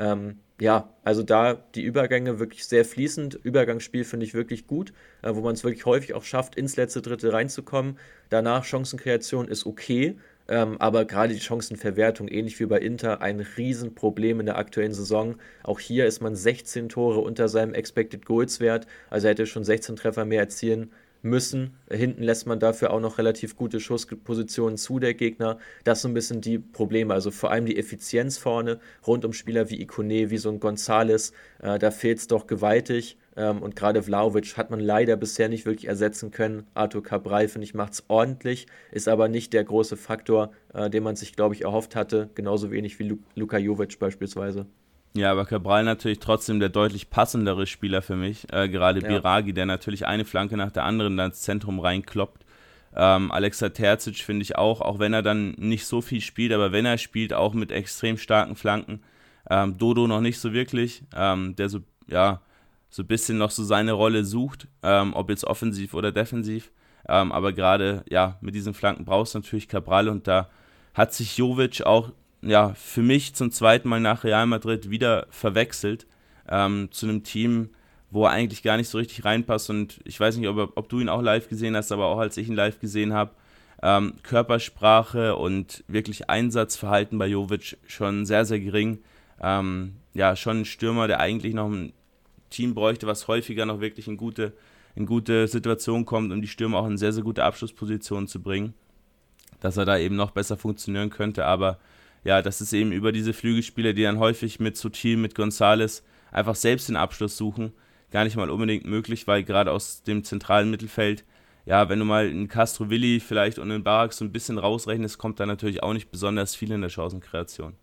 Ja, also da die Übergänge wirklich sehr fließend. Übergangsspiel finde ich wirklich gut, wo man es wirklich häufig auch schafft, ins letzte Drittel reinzukommen. Danach Chancenkreation ist okay, aber gerade die Chancenverwertung, ähnlich wie bei Inter, ein Riesenproblem in der aktuellen Saison. Auch hier ist man 16 Tore unter seinem Expected Goals Wert, also er hätte schon 16 Treffer mehr erzielen müssen. Hinten lässt man dafür auch noch relativ gute Schusspositionen zu, der Gegner. Das sind ein bisschen die Probleme, also vor allem die Effizienz vorne, rund um Spieler wie Ikoné, wie so ein González, da fehlt es doch gewaltig. Und gerade Vlahovic hat man leider bisher nicht wirklich ersetzen können. Arthur Cabral, finde ich, macht es ordentlich, ist aber nicht der große Faktor, den man sich, glaube ich, erhofft hatte. Genauso wenig wie Luka Jovic beispielsweise. Ja, aber Cabral natürlich trotzdem der deutlich passendere Spieler für mich. Gerade Ja. Biragi, der natürlich eine Flanke nach der anderen da ins Zentrum reinkloppt. Alexa Terzic finde ich auch wenn er dann nicht so viel spielt, aber wenn er spielt, auch mit extrem starken Flanken. Dodo noch nicht so wirklich, der so ein bisschen noch so seine Rolle sucht, ob jetzt offensiv oder defensiv. Aber gerade mit diesen Flanken brauchst du natürlich Cabral, und da hat sich Jovic auch für mich zum zweiten Mal nach Real Madrid wieder verwechselt zu einem Team, wo er eigentlich gar nicht so richtig reinpasst. Und ich weiß nicht, ob du ihn auch live gesehen hast, aber auch als ich ihn live gesehen habe, Körpersprache und wirklich Einsatzverhalten bei Jovic schon sehr, sehr gering. Schon ein Stürmer, der eigentlich noch ein Team bräuchte, was häufiger noch wirklich in gute Situationen kommt, um die Stürmer auch in sehr, sehr gute Abschlusspositionen zu bringen, dass er da eben noch besser funktionieren könnte. Aber ja, das ist eben über diese Flügelspieler, die dann häufig mit Sutil, mit González einfach selbst den Abschluss suchen, gar nicht mal unbedingt möglich, weil gerade aus dem zentralen Mittelfeld, wenn du mal einen Castrovilli vielleicht und einen Barak so ein bisschen rausrechnest, kommt da natürlich auch nicht besonders viel in der Chancenkreation.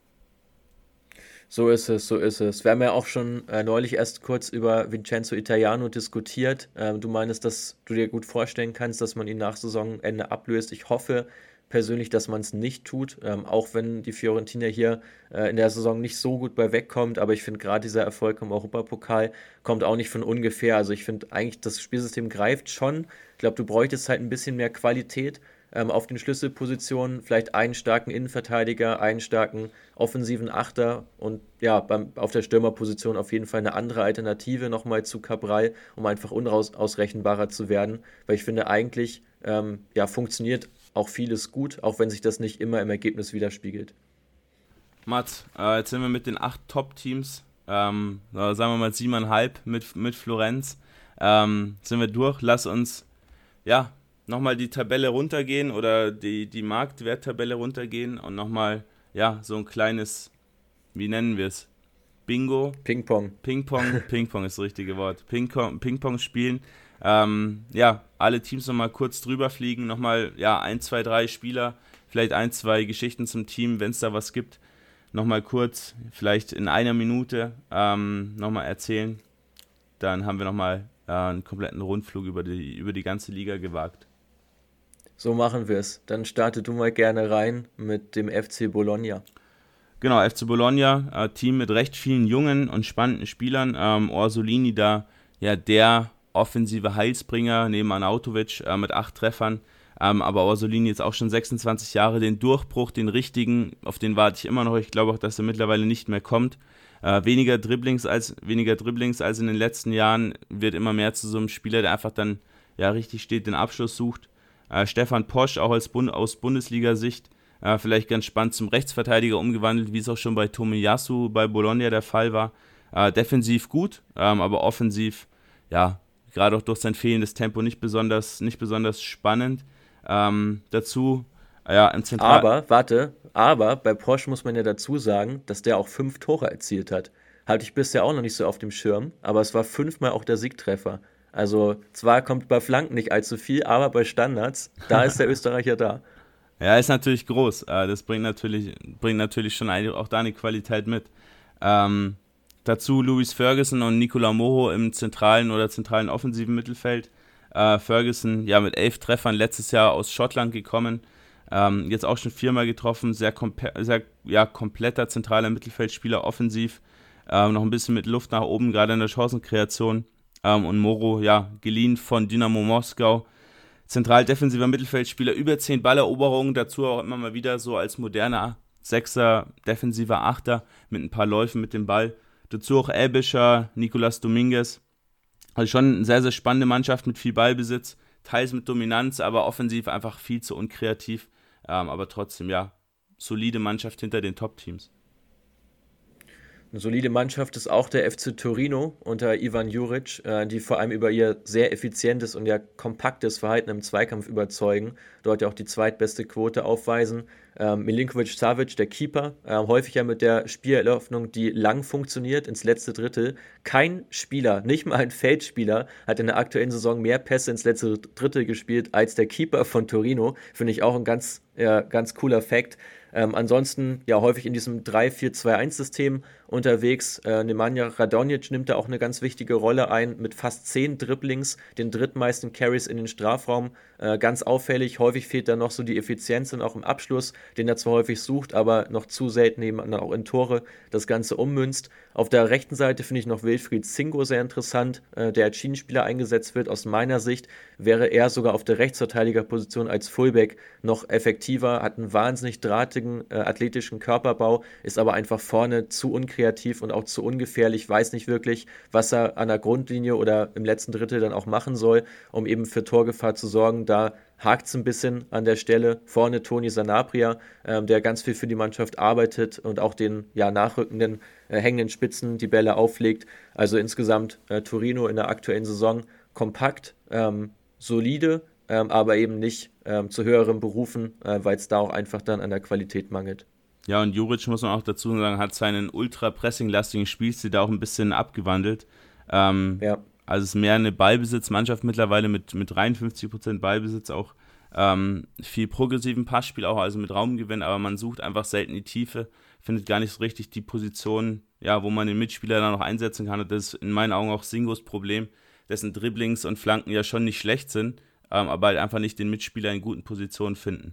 So ist es, so ist es. Wir haben ja auch schon neulich erst kurz über Vincenzo Italiano diskutiert. Du meinst, dass du dir gut vorstellen kannst, dass man ihn nach Saisonende ablöst. Ich hoffe persönlich, dass man es nicht tut, auch wenn die Fiorentina hier in der Saison nicht so gut bei wegkommt. Aber ich finde gerade dieser Erfolg im Europapokal kommt auch nicht von ungefähr. Also ich finde eigentlich, das Spielsystem greift schon. Ich glaube, du bräuchtest halt ein bisschen mehr Qualität auf den Schlüsselpositionen, vielleicht einen starken Innenverteidiger, einen starken offensiven Achter und auf der Stürmerposition auf jeden Fall eine andere Alternative nochmal zu Cabral, um einfach unausrechenbarer zu werden, weil ich finde eigentlich funktioniert auch vieles gut, auch wenn sich das nicht immer im Ergebnis widerspiegelt. Mats, jetzt sind wir mit den 8 Top-Teams sagen wir mal 7,5 mit Florenz. Sind wir durch. Lass uns nochmal die Tabelle runtergehen oder die Marktwerttabelle runtergehen und nochmal so ein kleines, wie nennen wir es? Bingo? Ping-Pong. Ping-Pong ist das richtige Wort. Ping-Pong spielen. Alle Teams nochmal kurz drüber fliegen, nochmal 1, 2, 3 Spieler, vielleicht 1, 2 Geschichten zum Team, wenn es da was gibt, nochmal kurz, vielleicht in einer Minute nochmal erzählen. Dann haben wir nochmal einen kompletten Rundflug über die ganze Liga gewagt. So machen wir es. Dann starte du mal gerne rein mit dem FC Bologna. Genau, FC Bologna, Team mit recht vielen jungen und spannenden Spielern. Orsolini da, der offensive Heilsbringer neben Arnautovic mit 8 Treffern. Aber Orsolini jetzt auch schon 26 Jahre, den Durchbruch, den richtigen, auf den warte ich immer noch. Ich glaube auch, dass er mittlerweile nicht mehr kommt. Weniger Dribblings als in den letzten Jahren, wird immer mehr zu so einem Spieler, der einfach dann richtig steht, den Abschluss sucht. Stefan Posch, auch aus Bundesliga-Sicht, vielleicht ganz spannend, zum Rechtsverteidiger umgewandelt, wie es auch schon bei Tomiyasu bei Bologna der Fall war. Defensiv gut, aber offensiv, gerade auch durch sein fehlendes Tempo nicht besonders spannend. Dazu, im Zentral... Aber bei Posch muss man ja dazu sagen, dass der auch 5 Tore erzielt hat. Hatte ich bisher auch noch nicht so auf dem Schirm, aber es war 5-mal auch der Siegtreffer. Also zwar kommt bei Flanken nicht allzu viel, aber bei Standards, da ist der Österreicher da. Ja, ist natürlich groß. Das bringt natürlich schon auch da eine Qualität mit. Dazu Louis Ferguson und Nicola Moro im zentralen offensiven Mittelfeld. Ferguson mit 11 Treffern letztes Jahr aus Schottland gekommen. Jetzt auch schon 4-mal getroffen. Sehr kompletter zentraler Mittelfeldspieler offensiv. Noch ein bisschen mit Luft nach oben, gerade in der Chancenkreation. Und Moro, geliehen von Dynamo Moskau. Zentral defensiver Mittelfeldspieler, über 10 Balleroberungen, dazu auch immer mal wieder so als moderner Sechser, defensiver Achter mit ein paar Läufen mit dem Ball. Dazu auch Elbischer, Nicolas Dominguez. Also schon eine sehr, sehr spannende Mannschaft mit viel Ballbesitz, teils mit Dominanz, aber offensiv einfach viel zu unkreativ. Aber trotzdem, solide Mannschaft hinter den Top-Teams. Eine solide Mannschaft ist auch der FC Torino unter Ivan Juric, die vor allem über ihr sehr effizientes und kompaktes Verhalten im Zweikampf überzeugen. Dort auch die zweitbeste Quote aufweisen. Milinkovic-Savic, der Keeper, häufig mit der Spieleröffnung, die lang funktioniert, ins letzte Drittel. Kein Spieler, nicht mal ein Feldspieler, hat in der aktuellen Saison mehr Pässe ins letzte Drittel gespielt als der Keeper von Torino. Finde ich auch ein ganz cooler Fact. Ansonsten häufig in diesem 3-4-2-1-System unterwegs. Nemanja Radonjic nimmt da auch eine ganz wichtige Rolle ein, mit fast 10 Dribblings, den drittmeisten Carries in den Strafraum. Ganz auffällig, häufig fehlt da noch so die Effizienz und auch im Abschluss, den er zwar häufig sucht, aber noch zu selten eben dann auch in Tore das Ganze ummünzt. Auf der rechten Seite finde ich noch Wilfried Zingo sehr interessant, der als Schienenspieler eingesetzt wird. Aus meiner Sicht wäre er sogar auf der Rechtsverteidigerposition als Fullback noch effektiver, hat einen wahnsinnig drahtigen, athletischen Körperbau, ist aber einfach vorne zu unkreativ und auch zu ungefährlich, weiß nicht wirklich, was er an der Grundlinie oder im letzten Drittel dann auch machen soll, um eben für Torgefahr zu sorgen. Da hakt es ein bisschen an der Stelle. Vorne Toni Sanabria, der ganz viel für die Mannschaft arbeitet und auch den nachrückenden, hängenden Spitzen die Bälle auflegt. Also insgesamt Torino in der aktuellen Saison kompakt, solide, aber eben nicht zu höheren Berufen, weil es da auch einfach dann an der Qualität mangelt. Ja, und Juric, muss man auch dazu sagen, hat seinen ultra-pressing-lastigen Spielstil da auch ein bisschen abgewandelt. Also es ist mehr eine Ballbesitzmannschaft mittlerweile mit 53% Ballbesitz, auch viel progressiven Passspiel, auch also mit Raumgewinn, aber man sucht einfach selten die Tiefe, findet gar nicht so richtig die Position, wo man den Mitspieler dann noch einsetzen kann. Und das ist in meinen Augen auch Singos Problem, dessen Dribblings und Flanken ja schon nicht schlecht sind, aber halt einfach nicht den Mitspieler in guten Positionen finden.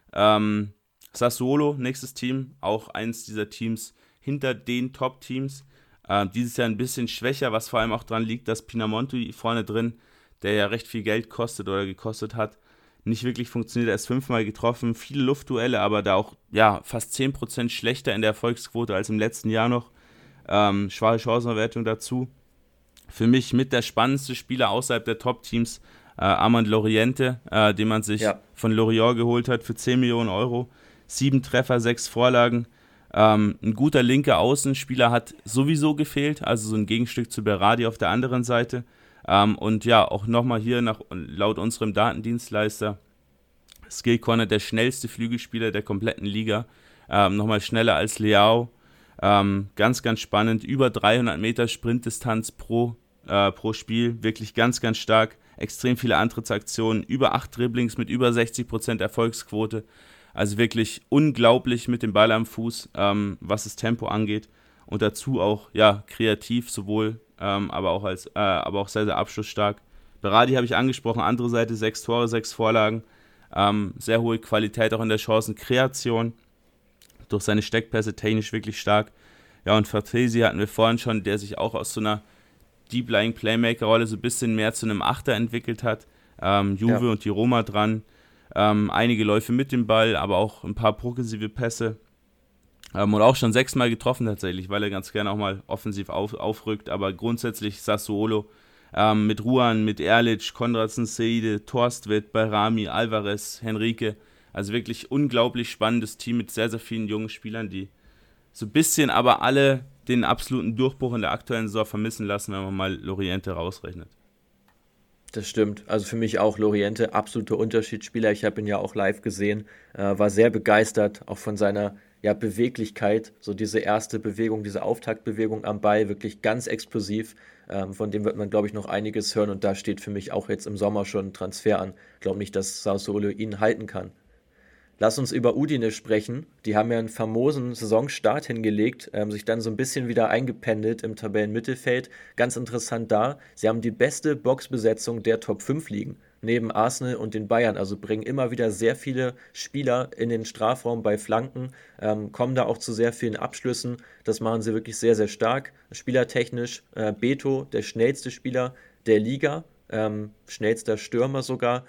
Sassuolo, nächstes Team, auch eins dieser Teams hinter den Top-Teams. Dieses Jahr ein bisschen schwächer, was vor allem auch daran liegt, dass Pinamonti vorne drin, der ja recht viel Geld kostet oder gekostet hat, nicht wirklich funktioniert. Er ist 5-mal getroffen, viele Luftduelle, aber da auch fast 10% schlechter in der Erfolgsquote als im letzten Jahr noch. Schwache Chancenverwertung dazu. Für mich mit der spannendste Spieler außerhalb der Top-Teams, Armand Loriente, den man sich von Lorient geholt hat für 10 Millionen Euro. 7 Treffer, 6 Vorlagen. Ein guter linker Außenspieler hat sowieso gefehlt, also so ein Gegenstück zu Berardi auf der anderen Seite. Und ja, auch nochmal hier laut unserem Datendienstleister Skill Corner der schnellste Flügelspieler der kompletten Liga. Nochmal schneller als Leao. Ganz, ganz spannend. Über 300 Meter Sprintdistanz pro Spiel. Wirklich ganz, ganz stark. Extrem viele Antrittsaktionen. Über 8 Dribblings mit über 60% Erfolgsquote. Also wirklich unglaublich mit dem Ball am Fuß, was das Tempo angeht. Und dazu auch ja kreativ sowohl, aber auch sehr, sehr abschlussstark. Berardi habe ich angesprochen. Andere Seite 6 Tore, 6 Vorlagen. Sehr hohe Qualität auch in der Chancenkreation. Durch seine Steckpässe technisch wirklich stark. Ja, und Frattesi hatten wir vorhin schon, der sich auch aus so einer Deep-Lying-Playmaker-Rolle so ein bisschen mehr zu einem Achter entwickelt hat. Juve und die Roma dran. Einige Läufe mit dem Ball, aber auch ein paar progressive Pässe. Und auch schon 6-mal getroffen tatsächlich, weil er ganz gerne auch mal offensiv aufrückt. Aber grundsätzlich Sassuolo mit Ruan, mit Erlic, Konradsen, Seide, Torstvedt, Bayrami, Alvarez, Henrique. Also wirklich unglaublich spannendes Team mit sehr, sehr vielen jungen Spielern, die so ein bisschen aber alle den absoluten Durchbruch in der aktuellen Saison vermissen lassen, wenn man mal Loriente rausrechnet. Das stimmt. Also für mich auch Loriente, absoluter Unterschiedsspieler. Ich habe ihn ja auch live gesehen, war sehr begeistert, auch von seiner Beweglichkeit. So diese erste Bewegung, diese Auftaktbewegung am Ball, wirklich ganz explosiv. Von dem wird man, glaube ich, noch einiges hören. Und da steht für mich auch jetzt im Sommer schon ein Transfer an. Ich glaube nicht, dass Sassuolo ihn halten kann. Lass uns über Udine sprechen. Die haben ja einen famosen Saisonstart hingelegt, sich dann so ein bisschen wieder eingependelt im Tabellenmittelfeld. Ganz interessant da, sie haben die beste Boxbesetzung der Top 5 Ligen, neben Arsenal und den Bayern. Also bringen immer wieder sehr viele Spieler in den Strafraum bei Flanken, kommen da auch zu sehr vielen Abschlüssen. Das machen sie wirklich sehr, sehr stark. Spielertechnisch, Beto, der schnellste Spieler der Liga, schnellster Stürmer sogar.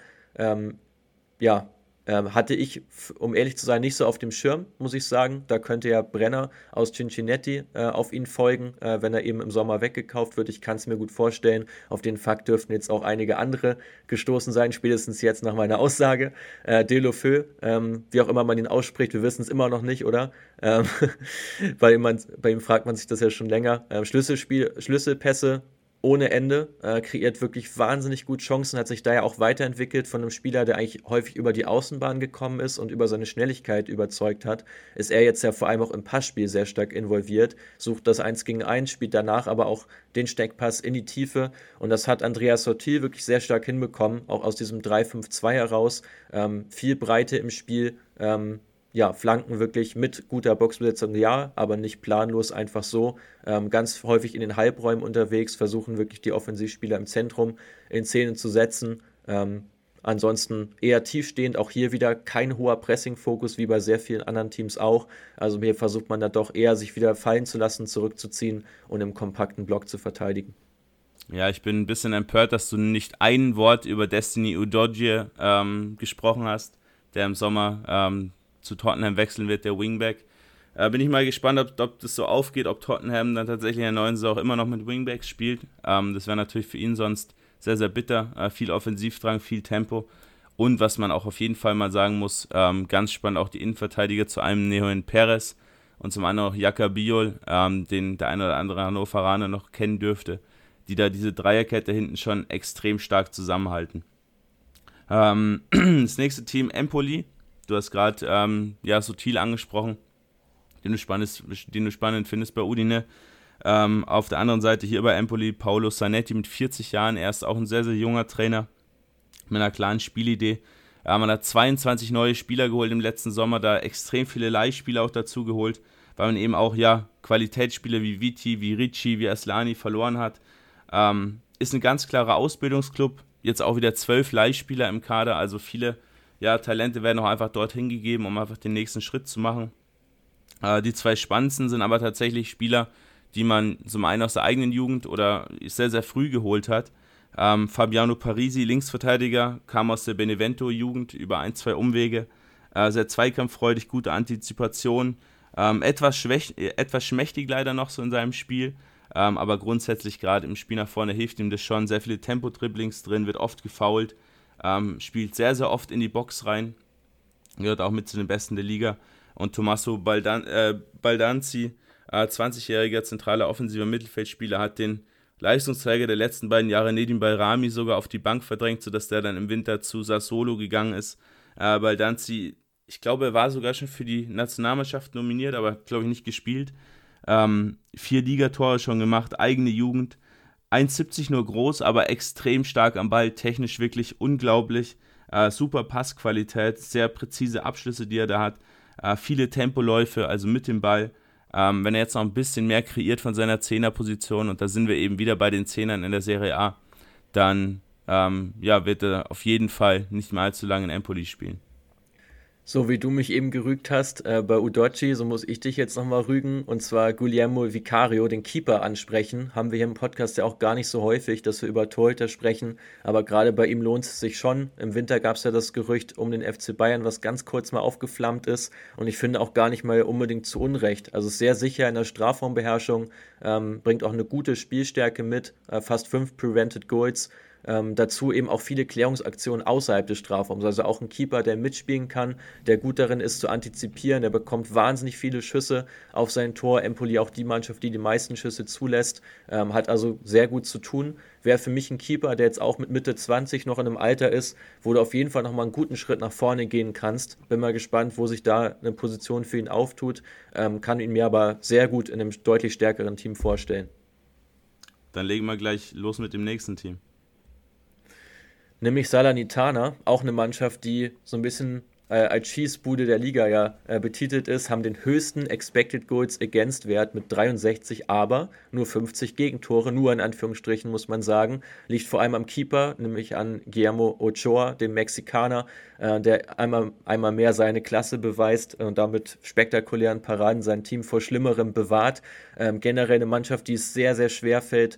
Hatte ich, um ehrlich zu sein, nicht so auf dem Schirm, muss ich sagen. Da könnte ja Brenner aus Cincinnati auf ihn folgen, wenn er eben im Sommer weggekauft wird. Ich kann es mir gut vorstellen. Auf den Fakt dürften jetzt auch einige andere gestoßen sein, spätestens jetzt nach meiner Aussage. Deulofeu, wie auch immer man ihn ausspricht, wir wissen es immer noch nicht, oder? Bei ihm fragt man sich das ja schon länger. Schlüsselpässe ohne Ende, kreiert wirklich wahnsinnig gut Chancen, hat sich da ja auch weiterentwickelt von einem Spieler, der eigentlich häufig über die Außenbahn gekommen ist und über seine Schnelligkeit überzeugt hat, ist er jetzt ja vor allem auch im Passspiel sehr stark involviert, sucht das 1 gegen 1, spielt danach aber auch den Steckpass in die Tiefe und das hat Andreas Sotil wirklich sehr stark hinbekommen, auch aus diesem 3-5-2 heraus, viel Breite im Spiel, Flanken wirklich mit guter Boxbesetzung, ja, aber nicht planlos einfach so. Ganz häufig in den Halbräumen unterwegs, versuchen wirklich die Offensivspieler im Zentrum in Szene zu setzen. Ansonsten eher tiefstehend, auch hier wieder kein hoher Pressing-Fokus, wie bei sehr vielen anderen Teams auch. Also hier versucht man da doch eher, sich wieder fallen zu lassen, zurückzuziehen und im kompakten Block zu verteidigen. Ja, ich bin ein bisschen empört, dass du nicht ein Wort über Destiny Udogie gesprochen hast, der im Sommer zu Tottenham wechseln wird, der Wingback. Bin ich mal gespannt, ob das so aufgeht, ob Tottenham dann tatsächlich in der neuen Saison auch immer noch mit Wingbacks spielt. Das wäre natürlich für ihn sonst sehr, sehr bitter. Viel Offensivdrang, viel Tempo. Und was man auch auf jeden Fall mal sagen muss, ganz spannend auch die Innenverteidiger, zu einem Nehuén Pérez und zum anderen auch Jaka Biol, den der eine oder andere Hannoveraner noch kennen dürfte, die da diese Dreierkette hinten schon extrem stark zusammenhalten. Das nächste Team, Empoli. Du hast gerade Sotil angesprochen, den du spannend findest bei Udine. Auf der anderen Seite hier bei Empoli, Paolo Zanetti mit 40 Jahren. Er ist auch ein sehr, sehr junger Trainer mit einer klaren Spielidee. Man hat 22 neue Spieler geholt im letzten Sommer, da extrem viele Leihspieler auch dazu geholt, weil man eben auch Qualitätsspieler wie Viti, wie Ricci, wie Aslani verloren hat. Ist ein ganz klarer Ausbildungsclub. Jetzt auch wieder 12 Leihspieler im Kader, also viele Talente werden auch einfach dorthin gegeben, um einfach den nächsten Schritt zu machen. Die zwei spannendsten sind aber tatsächlich Spieler, die man zum einen aus der eigenen Jugend oder sehr, sehr früh geholt hat. Fabiano Parisi, Linksverteidiger, kam aus der Benevento-Jugend über 1-2 Umwege. Sehr zweikampffreudig, gute Antizipation. Etwas schmächtig leider noch so in seinem Spiel, aber grundsätzlich gerade im Spiel nach vorne hilft ihm das schon. Sehr viele Tempo-Dribblings drin, wird oft gefoult. Spielt sehr, sehr oft in die Box rein, gehört auch mit zu den Besten der Liga und Tommaso Baldanzi, 20-jähriger zentraler offensiver Mittelfeldspieler, hat den Leistungsträger der letzten beiden Jahre Nedim Bayrami sogar auf die Bank verdrängt, sodass der dann im Winter zu Sassuolo gegangen ist. Baldanzi, ich glaube, er war sogar schon für die Nationalmannschaft nominiert, aber glaube ich nicht gespielt. 4 Ligatore schon gemacht, eigene Jugend, 1,70 nur groß, aber extrem stark am Ball, technisch wirklich unglaublich, super Passqualität, sehr präzise Abschlüsse, die er da hat, viele Tempoläufe, also mit dem Ball. Wenn er jetzt noch ein bisschen mehr kreiert von seiner Zehnerposition, und da sind wir eben wieder bei den Zehnern in der Serie A, dann wird er auf jeden Fall nicht mehr allzu lange in Empoli spielen. So wie du mich eben gerügt hast bei Udoci, so muss ich dich jetzt nochmal rügen, und zwar Guglielmo Vicario, den Keeper, ansprechen. Haben wir hier im Podcast ja auch gar nicht so häufig, dass wir über Torhüter sprechen, aber gerade bei ihm lohnt es sich schon. Im Winter gab es ja das Gerücht um den FC Bayern, was ganz kurz mal aufgeflammt ist, und ich finde auch gar nicht mal unbedingt zu Unrecht. Also sehr sicher in der Strafraumbeherrschung, bringt auch eine gute Spielstärke mit, fast 5 Prevented Goals. Dazu eben auch viele Klärungsaktionen außerhalb des Strafraums, also auch ein Keeper, der mitspielen kann, der gut darin ist zu antizipieren, der bekommt wahnsinnig viele Schüsse auf sein Tor. Empoli auch die Mannschaft, die meisten Schüsse zulässt, hat also sehr gut zu tun. Wäre für mich ein Keeper, der jetzt auch mit Mitte 20 noch in einem Alter ist, wo du auf jeden Fall nochmal einen guten Schritt nach vorne gehen kannst. Bin mal gespannt, wo sich da eine Position für ihn auftut, kann ihn mir aber sehr gut in einem deutlich stärkeren Team vorstellen. Dann legen wir gleich los mit dem nächsten Team. Nämlich Salernitana, auch eine Mannschaft, die so ein bisschen als Schießbude der Liga betitelt ist, haben den höchsten Expected Goals Against Wert mit 63, aber nur 50 Gegentore, nur in Anführungsstrichen muss man sagen, liegt vor allem am Keeper, nämlich an Guillermo Ochoa, dem Mexikaner, der einmal mehr seine Klasse beweist und damit spektakulären Paraden sein Team vor Schlimmerem bewahrt. Generell eine Mannschaft, der es sehr, sehr schwer fällt,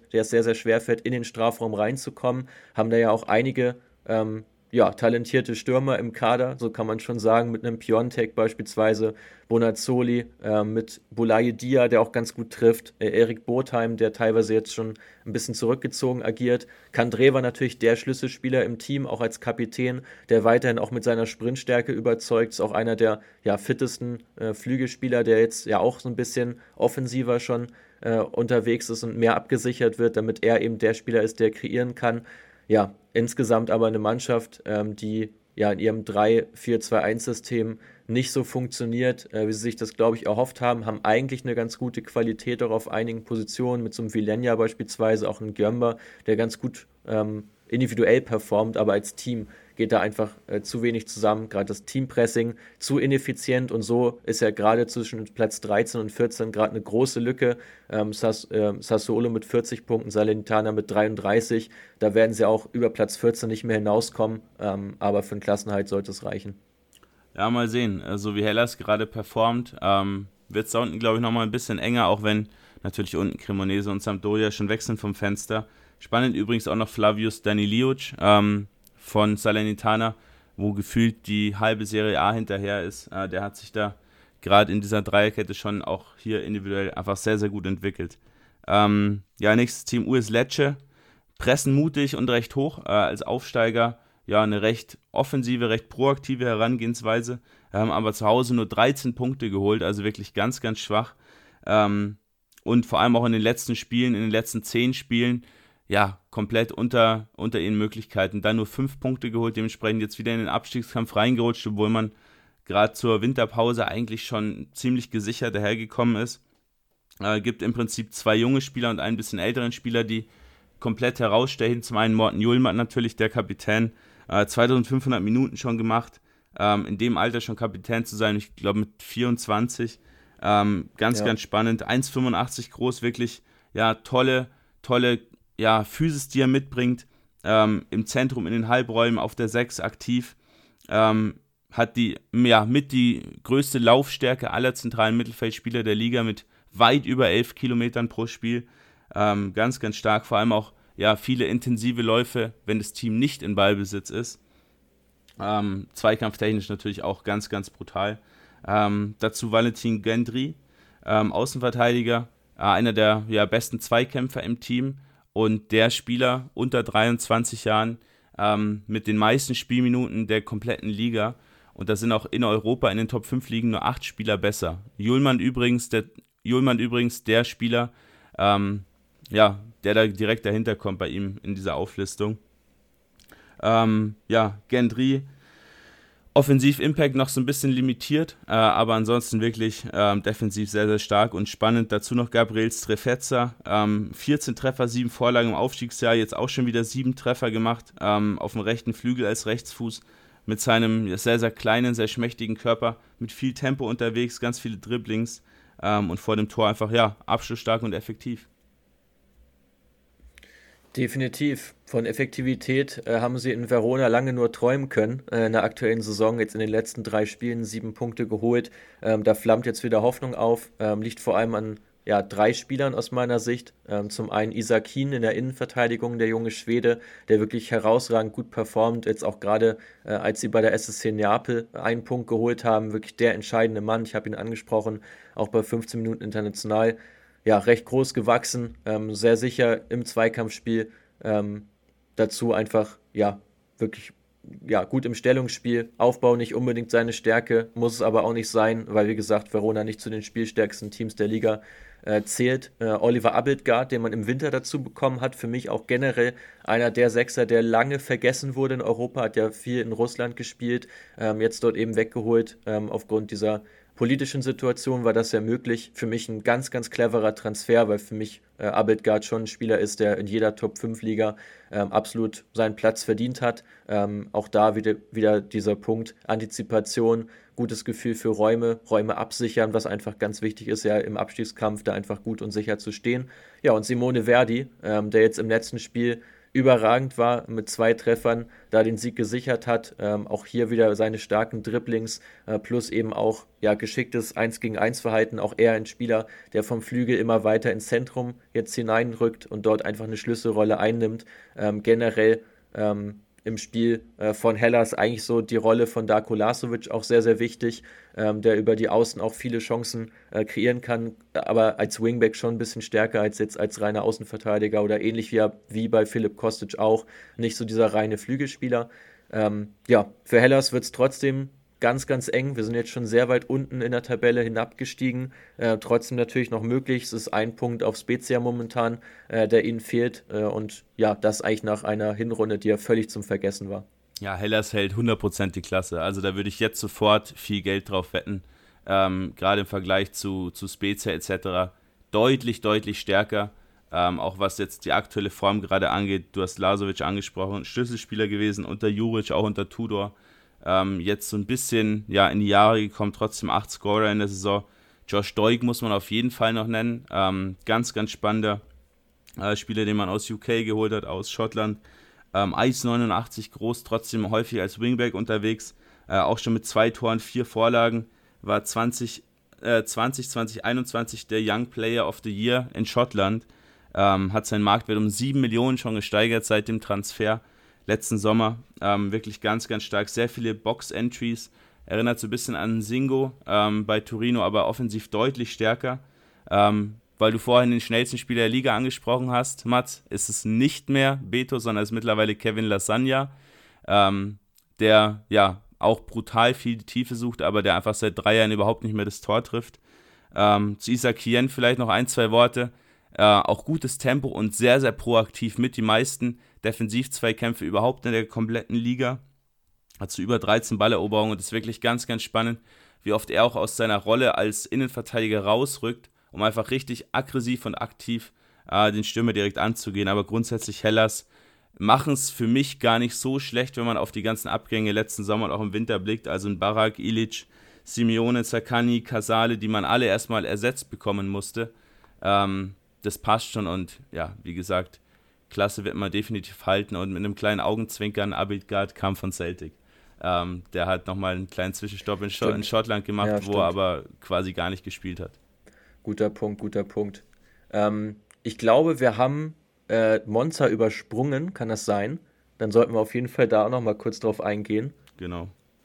in den Strafraum reinzukommen, haben da ja auch einige talentierte Stürmer im Kader, so kann man schon sagen, mit einem Piontek beispielsweise, Bonazzoli, mit Boulaye Dia, der auch ganz gut trifft, Erik Botheim, der teilweise jetzt schon ein bisschen zurückgezogen agiert, Kandreva natürlich der Schlüsselspieler im Team, auch als Kapitän, der weiterhin auch mit seiner Sprintstärke überzeugt, ist auch einer der fittesten Flügelspieler, der jetzt ja auch so ein bisschen offensiver schon unterwegs ist und mehr abgesichert wird, damit er eben der Spieler ist, der kreieren kann. Ja, insgesamt aber eine Mannschaft, die in ihrem 3-4-2-1-System nicht so funktioniert, wie sie sich das, glaube ich, erhofft haben eigentlich eine ganz gute Qualität auch auf einigen Positionen, mit so einem Vilena beispielsweise, auch ein Gömber, der ganz gut individuell performt, aber als Team geht da einfach zu wenig zusammen, gerade das Teampressing zu ineffizient, und so ist ja gerade zwischen Platz 13 und 14 gerade eine große Lücke. Sassuolo mit 40 Punkten, Salernitana mit 33, da werden sie auch über Platz 14 nicht mehr hinauskommen, aber für den Klassenerhalt sollte es reichen. Ja, mal sehen, so wie Hellas gerade performt, wird es da unten, glaube ich, nochmal ein bisschen enger, auch wenn natürlich unten Cremonese und Sampdoria schon wechseln vom Fenster. Spannend übrigens auch noch Flavius Daniliuc von Salernitana, wo gefühlt die halbe Serie A hinterher ist. Der hat sich da gerade in dieser Dreierkette schon auch hier individuell einfach sehr, sehr gut entwickelt. Nächstes Team US Lecce, pressen mutig und recht hoch als Aufsteiger. Ja, eine recht offensive, recht proaktive Herangehensweise. Haben aber zu Hause nur 13 Punkte geholt, also wirklich ganz, ganz schwach. Und vor allem auch in den letzten Spielen, in den letzten 10 Spielen, komplett unter ihren Möglichkeiten. Dann nur 5 Punkte geholt, dementsprechend jetzt wieder in den Abstiegskampf reingerutscht, obwohl man gerade zur Winterpause eigentlich schon ziemlich gesichert dahergekommen ist. Gibt im Prinzip 2 junge Spieler und einen bisschen älteren Spieler, die komplett herausstechen. Zum einen Morten Hjulmand natürlich, der Kapitän, 2500 Minuten schon gemacht, in dem Alter schon Kapitän zu sein, ich glaube mit 24, ganz spannend, 1,85 groß, wirklich, tolle Physis, die er mitbringt, im Zentrum, in den Halbräumen, auf der 6 aktiv, hat mit die größte Laufstärke aller zentralen Mittelfeldspieler der Liga mit weit über 11 Kilometern pro Spiel, ganz, ganz stark, vor allem auch viele intensive Läufe, wenn das Team nicht in Ballbesitz ist, zweikampftechnisch natürlich auch ganz, ganz brutal. Dazu Valentin Gendry, Außenverteidiger, einer der besten Zweikämpfer im Team und der Spieler unter 23 Jahren mit den meisten Spielminuten der kompletten Liga. Und da sind auch in Europa in den Top 5 Ligen nur 8 Spieler besser. Hjulmand übrigens, der Spieler, der da direkt dahinter kommt bei ihm in dieser Auflistung. Gendry, Offensiv-Impact noch so ein bisschen limitiert, aber ansonsten wirklich defensiv sehr, sehr stark und spannend. Dazu noch Gabriel Strefezza, 14 Treffer, 7 Vorlagen im Aufstiegsjahr, jetzt auch schon wieder 7 Treffer gemacht, auf dem rechten Flügel als Rechtsfuß, mit seinem sehr, sehr kleinen, sehr schmächtigen Körper, mit viel Tempo unterwegs, ganz viele Dribblings und vor dem Tor einfach, abschlussstark und effektiv. Definitiv. Von Effektivität haben sie in Verona lange nur träumen können. In der aktuellen Saison, jetzt in den letzten 3 Spielen 7 Punkte geholt. Da flammt jetzt wieder Hoffnung auf. Liegt vor allem an 3 Spielern aus meiner Sicht. Zum einen Isak Hien in der Innenverteidigung, der junge Schwede, der wirklich herausragend gut performt. Jetzt auch gerade, als sie bei der SSC Neapel einen Punkt geholt haben, wirklich der entscheidende Mann. Ich habe ihn angesprochen, auch bei 15 Minuten international. Recht groß gewachsen, sehr sicher im Zweikampfspiel, dazu einfach, wirklich, gut im Stellungsspiel, Aufbau nicht unbedingt seine Stärke, muss es aber auch nicht sein, weil, wie gesagt, Verona nicht zu den spielstärksten Teams der Liga zählt. Oliver Abildgaard, den man im Winter dazu bekommen hat, für mich auch generell einer der Sechser, der lange vergessen wurde in Europa, hat ja viel in Russland gespielt, jetzt dort eben weggeholt, aufgrund dieser politischen Situation war das ja möglich. Für mich ein ganz, ganz cleverer Transfer, weil für mich Abildgaard schon ein Spieler ist, der in jeder Top-5-Liga absolut seinen Platz verdient hat. Auch da wieder dieser Punkt Antizipation, gutes Gefühl für Räume absichern, was einfach ganz wichtig ist, ja im Abstiegskampf da einfach gut und sicher zu stehen. Ja, und Simone Verdi, der jetzt im letzten Spiel überragend war mit 2 Treffern, da den Sieg gesichert hat. Auch hier wieder seine starken Dribblings, plus eben auch geschicktes 1-gegen-1 Verhalten. Auch er ein Spieler, der vom Flügel immer weiter ins Zentrum jetzt hineinrückt und dort einfach eine Schlüsselrolle einnimmt. Generell im Spiel von Hellas eigentlich so die Rolle von Darko Lasovic auch sehr, sehr wichtig, der über die Außen auch viele Chancen kreieren kann, aber als Wingback schon ein bisschen stärker als jetzt als reiner Außenverteidiger oder ähnlich wie bei Filip Kostic auch, nicht so dieser reine Flügelspieler. Für Hellas wird es trotzdem ganz, ganz eng. Wir sind jetzt schon sehr weit unten in der Tabelle hinabgestiegen. Trotzdem natürlich noch möglich. Es ist ein Punkt auf Spezia momentan, der ihnen fehlt. Und das eigentlich nach einer Hinrunde, die ja völlig zum Vergessen war. Ja, Hellas hält 100% die Klasse. Also da würde ich jetzt sofort viel Geld drauf wetten. Gerade im Vergleich zu Spezia etc. Deutlich, deutlich stärker. Auch was jetzt die aktuelle Form gerade angeht. Du hast Lasovic angesprochen, Schlüsselspieler gewesen, unter Juric, auch unter Tudor. Jetzt so ein bisschen in die Jahre gekommen, trotzdem 8 Scorer in der Saison. Josh Doig muss man auf jeden Fall noch nennen. Ganz, ganz spannender Spieler, den man aus UK geholt hat, aus Schottland. 1,89 groß, trotzdem häufig als Wingback unterwegs. Auch schon mit 2 Toren, 4 Vorlagen. War 2021 der Young Player of the Year in Schottland. Hat seinen Marktwert um 7 Millionen schon gesteigert seit dem Transfer letzten Sommer. Wirklich ganz, ganz stark. Sehr viele Box-Entries. Erinnert so ein bisschen an Singo bei Torino, aber offensiv deutlich stärker. Weil du vorhin den schnellsten Spieler der Liga angesprochen hast, Mats, ist es nicht mehr Beto, sondern es ist mittlerweile Kevin Lasagna, der auch brutal viel die Tiefe sucht, aber der einfach seit 3 Jahren überhaupt nicht mehr das Tor trifft. Zu Isak Hien vielleicht noch 1, 2 Worte. Auch gutes Tempo und sehr, sehr proaktiv mit. Die meisten Defensiv-Zweikämpfe überhaupt in der kompletten Liga. Hat so über 13 Balleroberungen und ist wirklich ganz, ganz spannend, wie oft er auch aus seiner Rolle als Innenverteidiger rausrückt, um einfach richtig aggressiv und aktiv den Stürmer direkt anzugehen. Aber grundsätzlich Hellas machen es für mich gar nicht so schlecht, wenn man auf die ganzen Abgänge letzten Sommer und auch im Winter blickt. Also in Barak, Ilic, Simeone, Zaccagni, Casale, die man alle erstmal ersetzt bekommen musste. Das passt schon und wie gesagt, Klasse wird man definitiv halten und mit einem kleinen Augenzwinkern, Abildgaard kam von Celtic. Der hat nochmal einen kleinen Zwischenstopp in Schottland gemacht, wo er aber quasi gar nicht gespielt hat. Guter Punkt. Ich glaube, wir haben Monza übersprungen, kann das sein? Dann sollten wir auf jeden Fall da auch nochmal kurz drauf eingehen. Genau.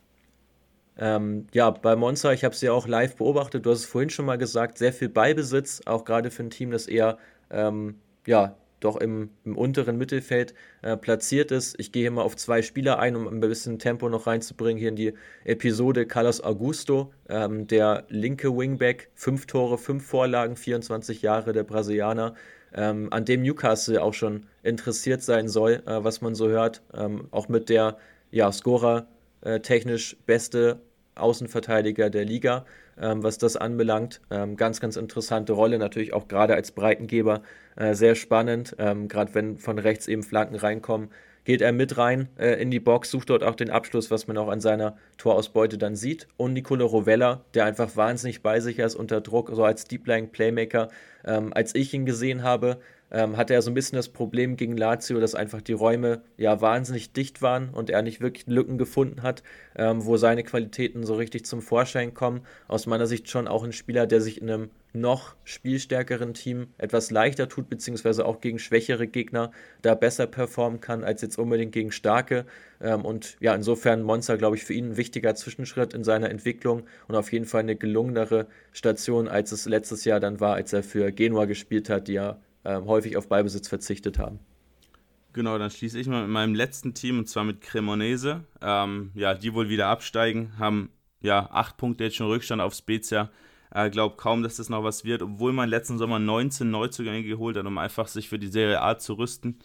Bei Monza, ich habe es ja auch live beobachtet, du hast es vorhin schon mal gesagt, sehr viel Ballbesitz, auch gerade für ein Team, das eher doch im unteren Mittelfeld platziert ist. Ich gehe hier mal auf 2 Spieler ein, um ein bisschen Tempo noch reinzubringen hier in die Episode. Carlos Augusto, der linke Wingback, 5 Tore, 5 Vorlagen, 24 Jahre, der Brasilianer, an dem Newcastle auch schon interessiert sein soll, was man so hört. Auch mit der Scorer technisch beste Außenverteidiger der Liga, was das anbelangt. Ganz, ganz interessante Rolle, natürlich auch gerade als Breitengeber sehr spannend. Gerade wenn von rechts eben Flanken reinkommen, geht er mit rein in die Box, sucht dort auch den Abschluss, was man auch an seiner Torausbeute dann sieht. Und Nicolo Rovella, der einfach wahnsinnig bei sich ist unter Druck, so als Deep-Lying-Playmaker. Als ich ihn gesehen habe, hatte er so ein bisschen das Problem gegen Lazio, dass einfach die Räume wahnsinnig dicht waren und er nicht wirklich Lücken gefunden hat, wo seine Qualitäten so richtig zum Vorschein kommen. Aus meiner Sicht schon auch ein Spieler, der sich in einem noch spielstärkeren Team etwas leichter tut, beziehungsweise auch gegen schwächere Gegner da besser performen kann, als jetzt unbedingt gegen starke. Und insofern Monza, glaube ich, für ihn ein wichtiger Zwischenschritt in seiner Entwicklung und auf jeden Fall eine gelungenere Station, als es letztes Jahr dann war, als er für Genua gespielt hat, die ja häufig auf Ballbesitz verzichtet haben. Genau, dann schließe ich mal mit meinem letzten Team, und zwar mit Cremonese. Die wohl wieder absteigen, haben 8 Punkte jetzt schon Rückstand auf Spezia. Glaube kaum, dass das noch was wird, obwohl man letzten Sommer 19 Neuzugänge geholt hat, um einfach sich für die Serie A zu rüsten.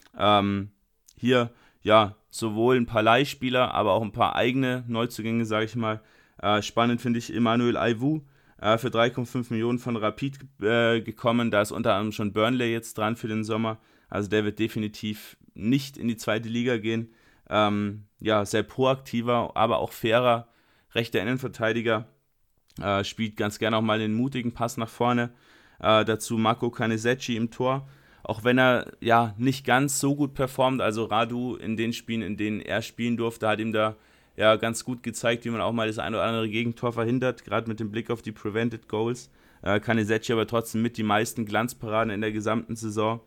Hier sowohl ein paar Leihspieler, aber auch ein paar eigene Neuzugänge, sage ich mal. Spannend finde ich Emmanuel Aivu, für 3,5 Millionen von Rapid gekommen. Da ist unter anderem schon Burnley jetzt dran für den Sommer. Also der wird definitiv nicht in die zweite Liga gehen. Sehr proaktiver, aber auch fairer rechter Innenverteidiger. Spielt ganz gerne auch mal den mutigen Pass nach vorne. Dazu Marco Canesecchi im Tor. Auch wenn er nicht ganz so gut performt. Also Radu in den Spielen, in denen er spielen durfte, hat ihm da ganz gut gezeigt, wie man auch mal das eine oder andere Gegentor verhindert, gerade mit dem Blick auf die Prevented Goals. Canesecchi aber trotzdem mit die meisten Glanzparaden in der gesamten Saison.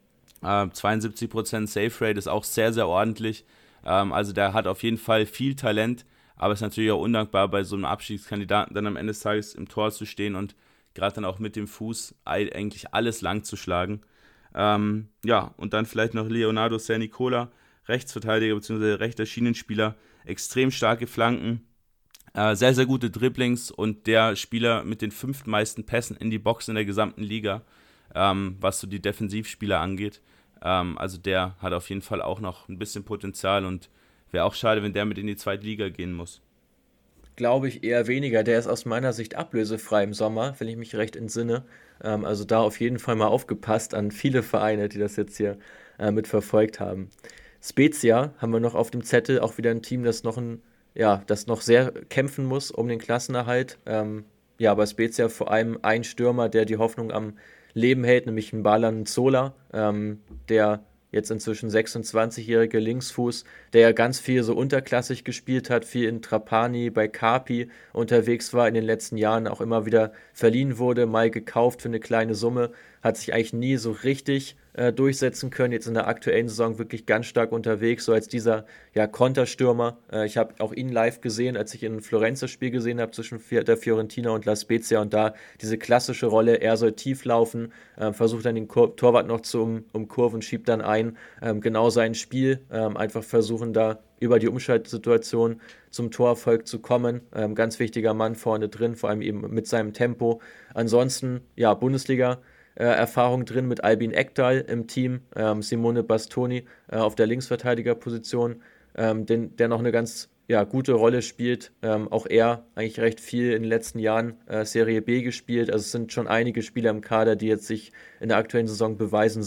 72% Save Rate ist auch sehr, sehr ordentlich. Also der hat auf jeden Fall viel Talent, aber ist natürlich auch undankbar, bei so einem Abstiegskandidaten dann am Ende des Tages im Tor zu stehen und gerade dann auch mit dem Fuß eigentlich alles lang zu schlagen. Und dann vielleicht noch Leonardo Sernicola, Rechtsverteidiger bzw. rechter Schienenspieler, extrem starke Flanken, sehr, sehr gute Dribblings und der Spieler mit den 5. meisten Pässen in die Box in der gesamten Liga, was so die Defensivspieler angeht. Also der hat auf jeden Fall auch noch ein bisschen Potenzial und wäre auch schade, wenn der mit in die zweite Liga gehen muss. Glaube ich eher weniger. Der ist aus meiner Sicht ablösefrei im Sommer, wenn ich mich recht entsinne. Also da auf jeden Fall mal aufgepasst an viele Vereine, die das jetzt hier mitverfolgt haben. Spezia haben wir noch auf dem Zettel, auch wieder ein Team, das noch sehr kämpfen muss um den Klassenerhalt. Bei Spezia vor allem ein Stürmer, der die Hoffnung am Leben hält, nämlich ein Balan Zola, der jetzt inzwischen 26-jährige Linksfuß, der ja ganz viel so unterklassig gespielt hat, viel in Trapani, bei Carpi unterwegs war, in den letzten Jahren auch immer wieder verliehen wurde, mal gekauft für eine kleine Summe, hat sich eigentlich nie so richtig durchsetzen können, jetzt in der aktuellen Saison wirklich ganz stark unterwegs, so als dieser Konterstürmer. Ich habe auch ihn live gesehen, als ich in Florenz das Spiel gesehen habe zwischen der Fiorentina und La Spezia und da diese klassische Rolle, er soll tief laufen, versucht dann den Torwart noch zu umkurven, schiebt dann ein, genau sein Spiel, einfach versuchen da über die Umschaltsituation zum Torerfolg zu kommen. Ganz wichtiger Mann vorne drin, vor allem eben mit seinem Tempo. Ansonsten, Bundesliga Erfahrung drin mit Albin Ekdal im Team, Simone Bastoni auf der Linksverteidigerposition, der noch eine ganz gute Rolle spielt. Auch er eigentlich recht viel in den letzten Jahren Serie B gespielt. Also es sind schon einige Spieler im Kader, die jetzt sich in der aktuellen Saison beweisen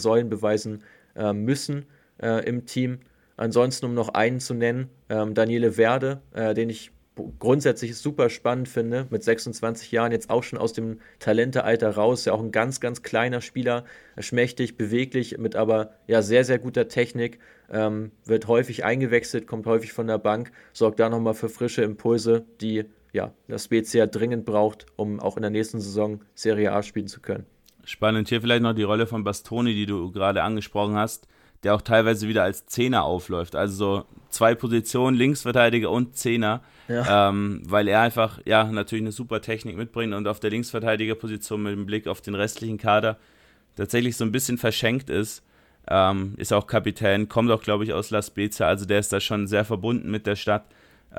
müssen im Team. Ansonsten, um noch einen zu nennen, Daniele Verde, den ich grundsätzlich super spannend finde, mit 26 Jahren jetzt auch schon aus dem Talentealter raus, ja auch ein ganz, ganz kleiner Spieler, schmächtig, beweglich, mit aber sehr, sehr guter Technik, wird häufig eingewechselt, kommt häufig von der Bank, sorgt da nochmal für frische Impulse, die das Spezia dringend braucht, um auch in der nächsten Saison Serie A spielen zu können. Spannend hier vielleicht noch die Rolle von Bastoni, die du gerade angesprochen hast, der auch teilweise wieder als Zehner aufläuft, also so 2 Positionen, Linksverteidiger und Zehner, weil er einfach natürlich eine super Technik mitbringt und auf der Linksverteidigerposition mit dem Blick auf den restlichen Kader tatsächlich so ein bisschen verschenkt ist. ist auch Kapitän, kommt auch, glaube ich, aus La Spezia, also der ist da schon sehr verbunden mit der Stadt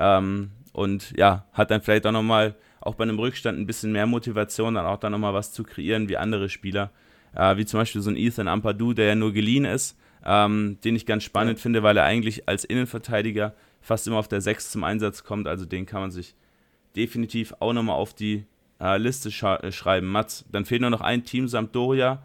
und ja, hat dann vielleicht auch nochmal, auch bei einem Rückstand ein bisschen mehr Motivation, dann auch da nochmal was zu kreieren wie andere Spieler, wie zum Beispiel so ein Ethan Ampadu, der ja nur geliehen ist, den ich ganz spannend finde, weil er eigentlich als Innenverteidiger fast immer auf der 6 zum Einsatz kommt, also den kann man sich definitiv auch nochmal auf die Liste schreiben. Mats, dann fehlt nur noch ein Team, Sampdoria,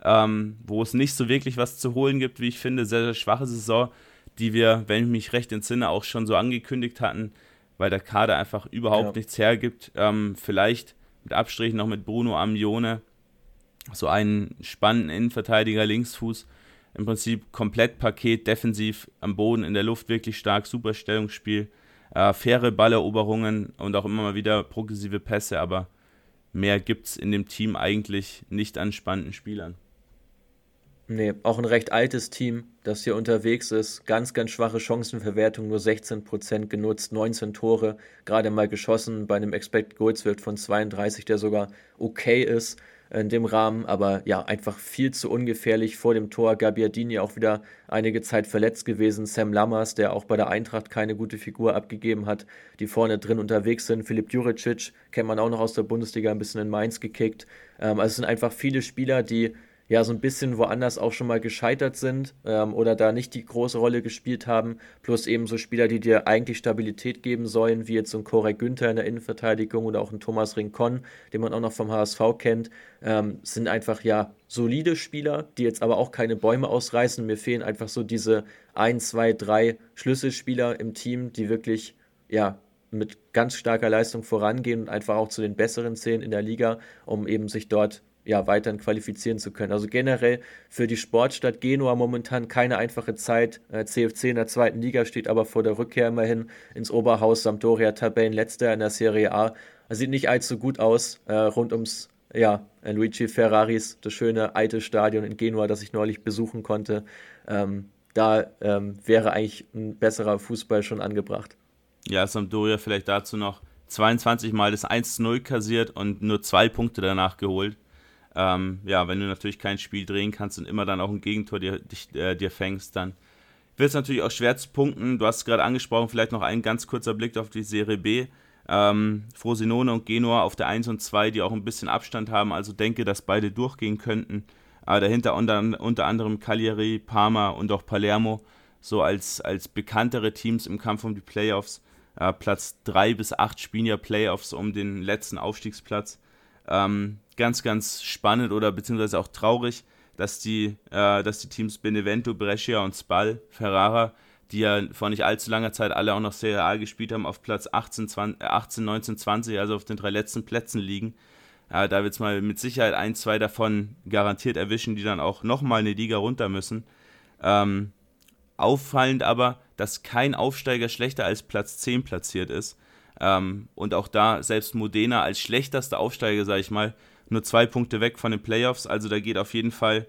wo es nicht so wirklich was zu holen gibt, wie ich finde, sehr, sehr schwache Saison, die wir, wenn ich mich recht entsinne, auch schon so angekündigt hatten, weil der Kader einfach überhaupt nichts hergibt. Vielleicht mit Abstrichen noch mit Bruno Amione, so einen spannenden Innenverteidiger, Linksfuß, im Prinzip Komplettpaket, defensiv am Boden, in der Luft wirklich stark, super Stellungsspiel, faire Balleroberungen und auch immer mal wieder progressive Pässe, aber mehr gibt es in dem Team eigentlich nicht an spannenden Spielern. Nee, auch ein recht altes Team, das hier unterwegs ist. Ganz, ganz schwache Chancenverwertung, nur 16% genutzt, 19 Tore, gerade mal geschossen bei einem Expected Goals Wert von 32, der sogar okay ist in dem Rahmen, aber ja, einfach viel zu ungefährlich vor dem Tor. Gabbiadini auch wieder einige Zeit verletzt gewesen. Sam Lammers, der auch bei der Eintracht keine gute Figur abgegeben hat, die vorne drin unterwegs sind. Filip Juricic kennt man auch noch aus der Bundesliga, ein bisschen in Mainz gekickt. Also es sind einfach viele Spieler, die ja so ein bisschen woanders auch schon mal gescheitert sind oder da nicht die große Rolle gespielt haben, plus eben so Spieler, die dir eigentlich Stabilität geben sollen, wie jetzt so ein Korey Günther in der Innenverteidigung oder auch ein Thomas Rincon, den man auch noch vom HSV kennt, sind einfach ja solide Spieler, die jetzt aber auch keine Bäume ausreißen. Mir fehlen einfach so diese 1, 2, 3 Schlüsselspieler im Team, die wirklich ja mit ganz starker Leistung vorangehen und einfach auch zu den besseren zählen in der Liga, um eben sich dort ja, weiterhin qualifizieren zu können. Also generell für die Sportstadt Genua momentan keine einfache Zeit. CFC in der 2. Liga steht aber vor der Rückkehr immerhin ins Oberhaus. Sampdoria Tabellenletzter in der Serie A. Das sieht nicht allzu gut aus rund ums Luigi Ferraris, das schöne alte Stadion in Genua, das ich neulich besuchen konnte. Da wäre eigentlich ein besserer Fußball schon angebracht. Ja, Sampdoria vielleicht dazu noch 22 Mal das 1:0 kassiert und nur 2 Punkte danach geholt. Wenn du natürlich kein Spiel drehen kannst und immer dann auch ein Gegentor dir fängst, dann wird es natürlich auch schwer zu punkten. Du hast es gerade angesprochen, vielleicht noch ein ganz kurzer Blick auf die Serie B. Frosinone und Genua auf der 1 und 2, die auch ein bisschen Abstand haben, also denke, dass beide durchgehen könnten. Dahinter unter anderem Cagliari, Parma und auch Palermo, so als bekanntere Teams im Kampf um die Playoffs. Platz 3 bis 8 spielen ja Playoffs um den letzten Aufstiegsplatz. Ganz, ganz spannend oder beziehungsweise auch traurig, dass die Teams Benevento, Brescia und Spal, Ferrara, die ja vor nicht allzu langer Zeit alle auch noch Serie A gespielt haben, auf Platz 18, 19, 20, also auf den 3 letzten Plätzen liegen. Da wird es mal mit Sicherheit 1, 2 davon garantiert erwischen, die dann auch nochmal eine Liga runter müssen. Auffallend aber, dass kein Aufsteiger schlechter als Platz 10 platziert ist. Und auch da selbst Modena als schlechtester Aufsteiger, sage ich mal, nur 2 Punkte weg von den Playoffs. Also da geht auf jeden Fall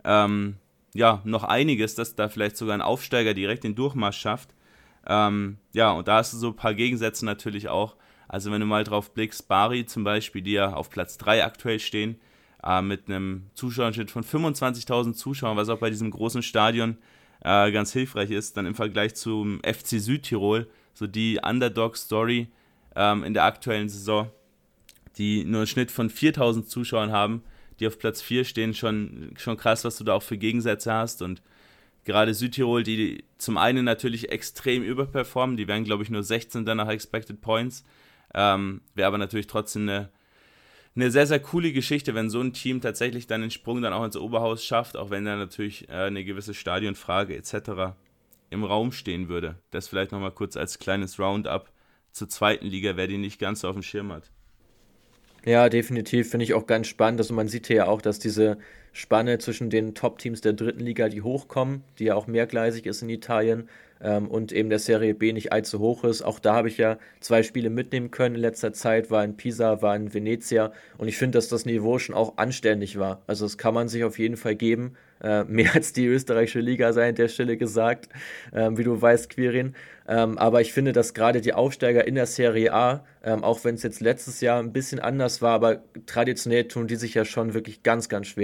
noch einiges, dass da vielleicht sogar ein Aufsteiger direkt den Durchmarsch schafft. Und da hast du so ein paar Gegensätze natürlich auch. Also wenn du mal drauf blickst, Bari zum Beispiel, die ja auf Platz 3 aktuell stehen, mit einem Zuschauerschnitt von 25.000 Zuschauern, was auch bei diesem großen Stadion ganz hilfreich ist, dann im Vergleich zum FC Südtirol, so die Underdog-Story in der aktuellen Saison, die nur einen Schnitt von 4.000 Zuschauern haben, die auf Platz 4 stehen, schon krass, was du da auch für Gegensätze hast. Und gerade Südtirol, die zum einen natürlich extrem überperformen, die wären, glaube ich, nur 16. nach Expected Points, wäre aber natürlich trotzdem eine sehr, sehr coole Geschichte, wenn so ein Team tatsächlich dann den Sprung dann auch ins Oberhaus schafft, auch wenn da natürlich eine gewisse Stadionfrage etc. im Raum stehen würde. Das vielleicht nochmal kurz als kleines Roundup zur 2. Liga, wer die nicht ganz so auf dem Schirm hat. Ja, definitiv, finde ich auch ganz spannend. Also man sieht hier ja auch, dass diese Spanne zwischen den Top-Teams der 3. Liga, die hochkommen, die ja auch mehrgleisig ist in Italien, und eben der Serie B nicht allzu hoch ist. Auch da habe ich ja 2 Spiele mitnehmen können in letzter Zeit, war in Pisa, war in Venezia, und ich finde, dass das Niveau schon auch anständig war. Also das kann man sich auf jeden Fall geben. Mehr als die österreichische Liga sei an der Stelle gesagt, wie du weißt, Quirin. Aber ich finde, dass gerade die Aufsteiger in der Serie A, auch wenn es jetzt letztes Jahr ein bisschen anders war, aber traditionell tun die sich ja schon wirklich ganz, ganz schwer.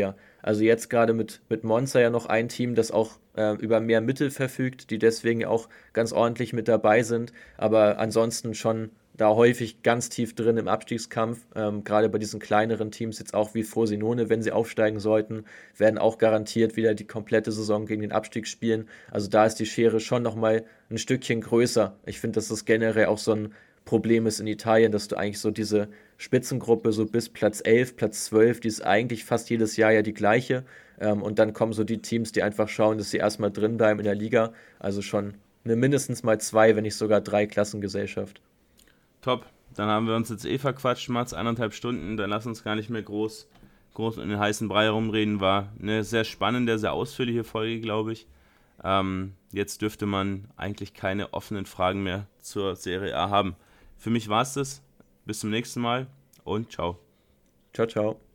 Also jetzt gerade mit Monza ja noch ein Team, das auch über mehr Mittel verfügt, die deswegen auch ganz ordentlich mit dabei sind, aber ansonsten schon da häufig ganz tief drin im Abstiegskampf. Gerade bei diesen kleineren Teams, jetzt auch wie Frosinone, wenn sie aufsteigen sollten, werden auch garantiert wieder die komplette Saison gegen den Abstieg spielen. Also da ist die Schere schon nochmal ein Stückchen größer. Ich finde, dass das generell auch so ein Problem ist in Italien, dass du eigentlich so diese Spitzengruppe so bis Platz 11, Platz 12, die ist eigentlich fast jedes Jahr ja die gleiche. Und dann kommen so die Teams, die einfach schauen, dass sie erstmal drin bleiben in der Liga. Also schon eine mindestens mal 2, wenn nicht sogar 3 Klassengesellschaft. Top, dann haben wir uns jetzt verquatscht, Mats, 1,5 Stunden, dann lass uns gar nicht mehr groß in den heißen Brei herumreden. War eine sehr spannende, sehr ausführliche Folge, glaube ich. Jetzt dürfte man eigentlich keine offenen Fragen mehr zur Serie A haben. Für mich war es das. Bis zum nächsten Mal und ciao. Ciao, ciao.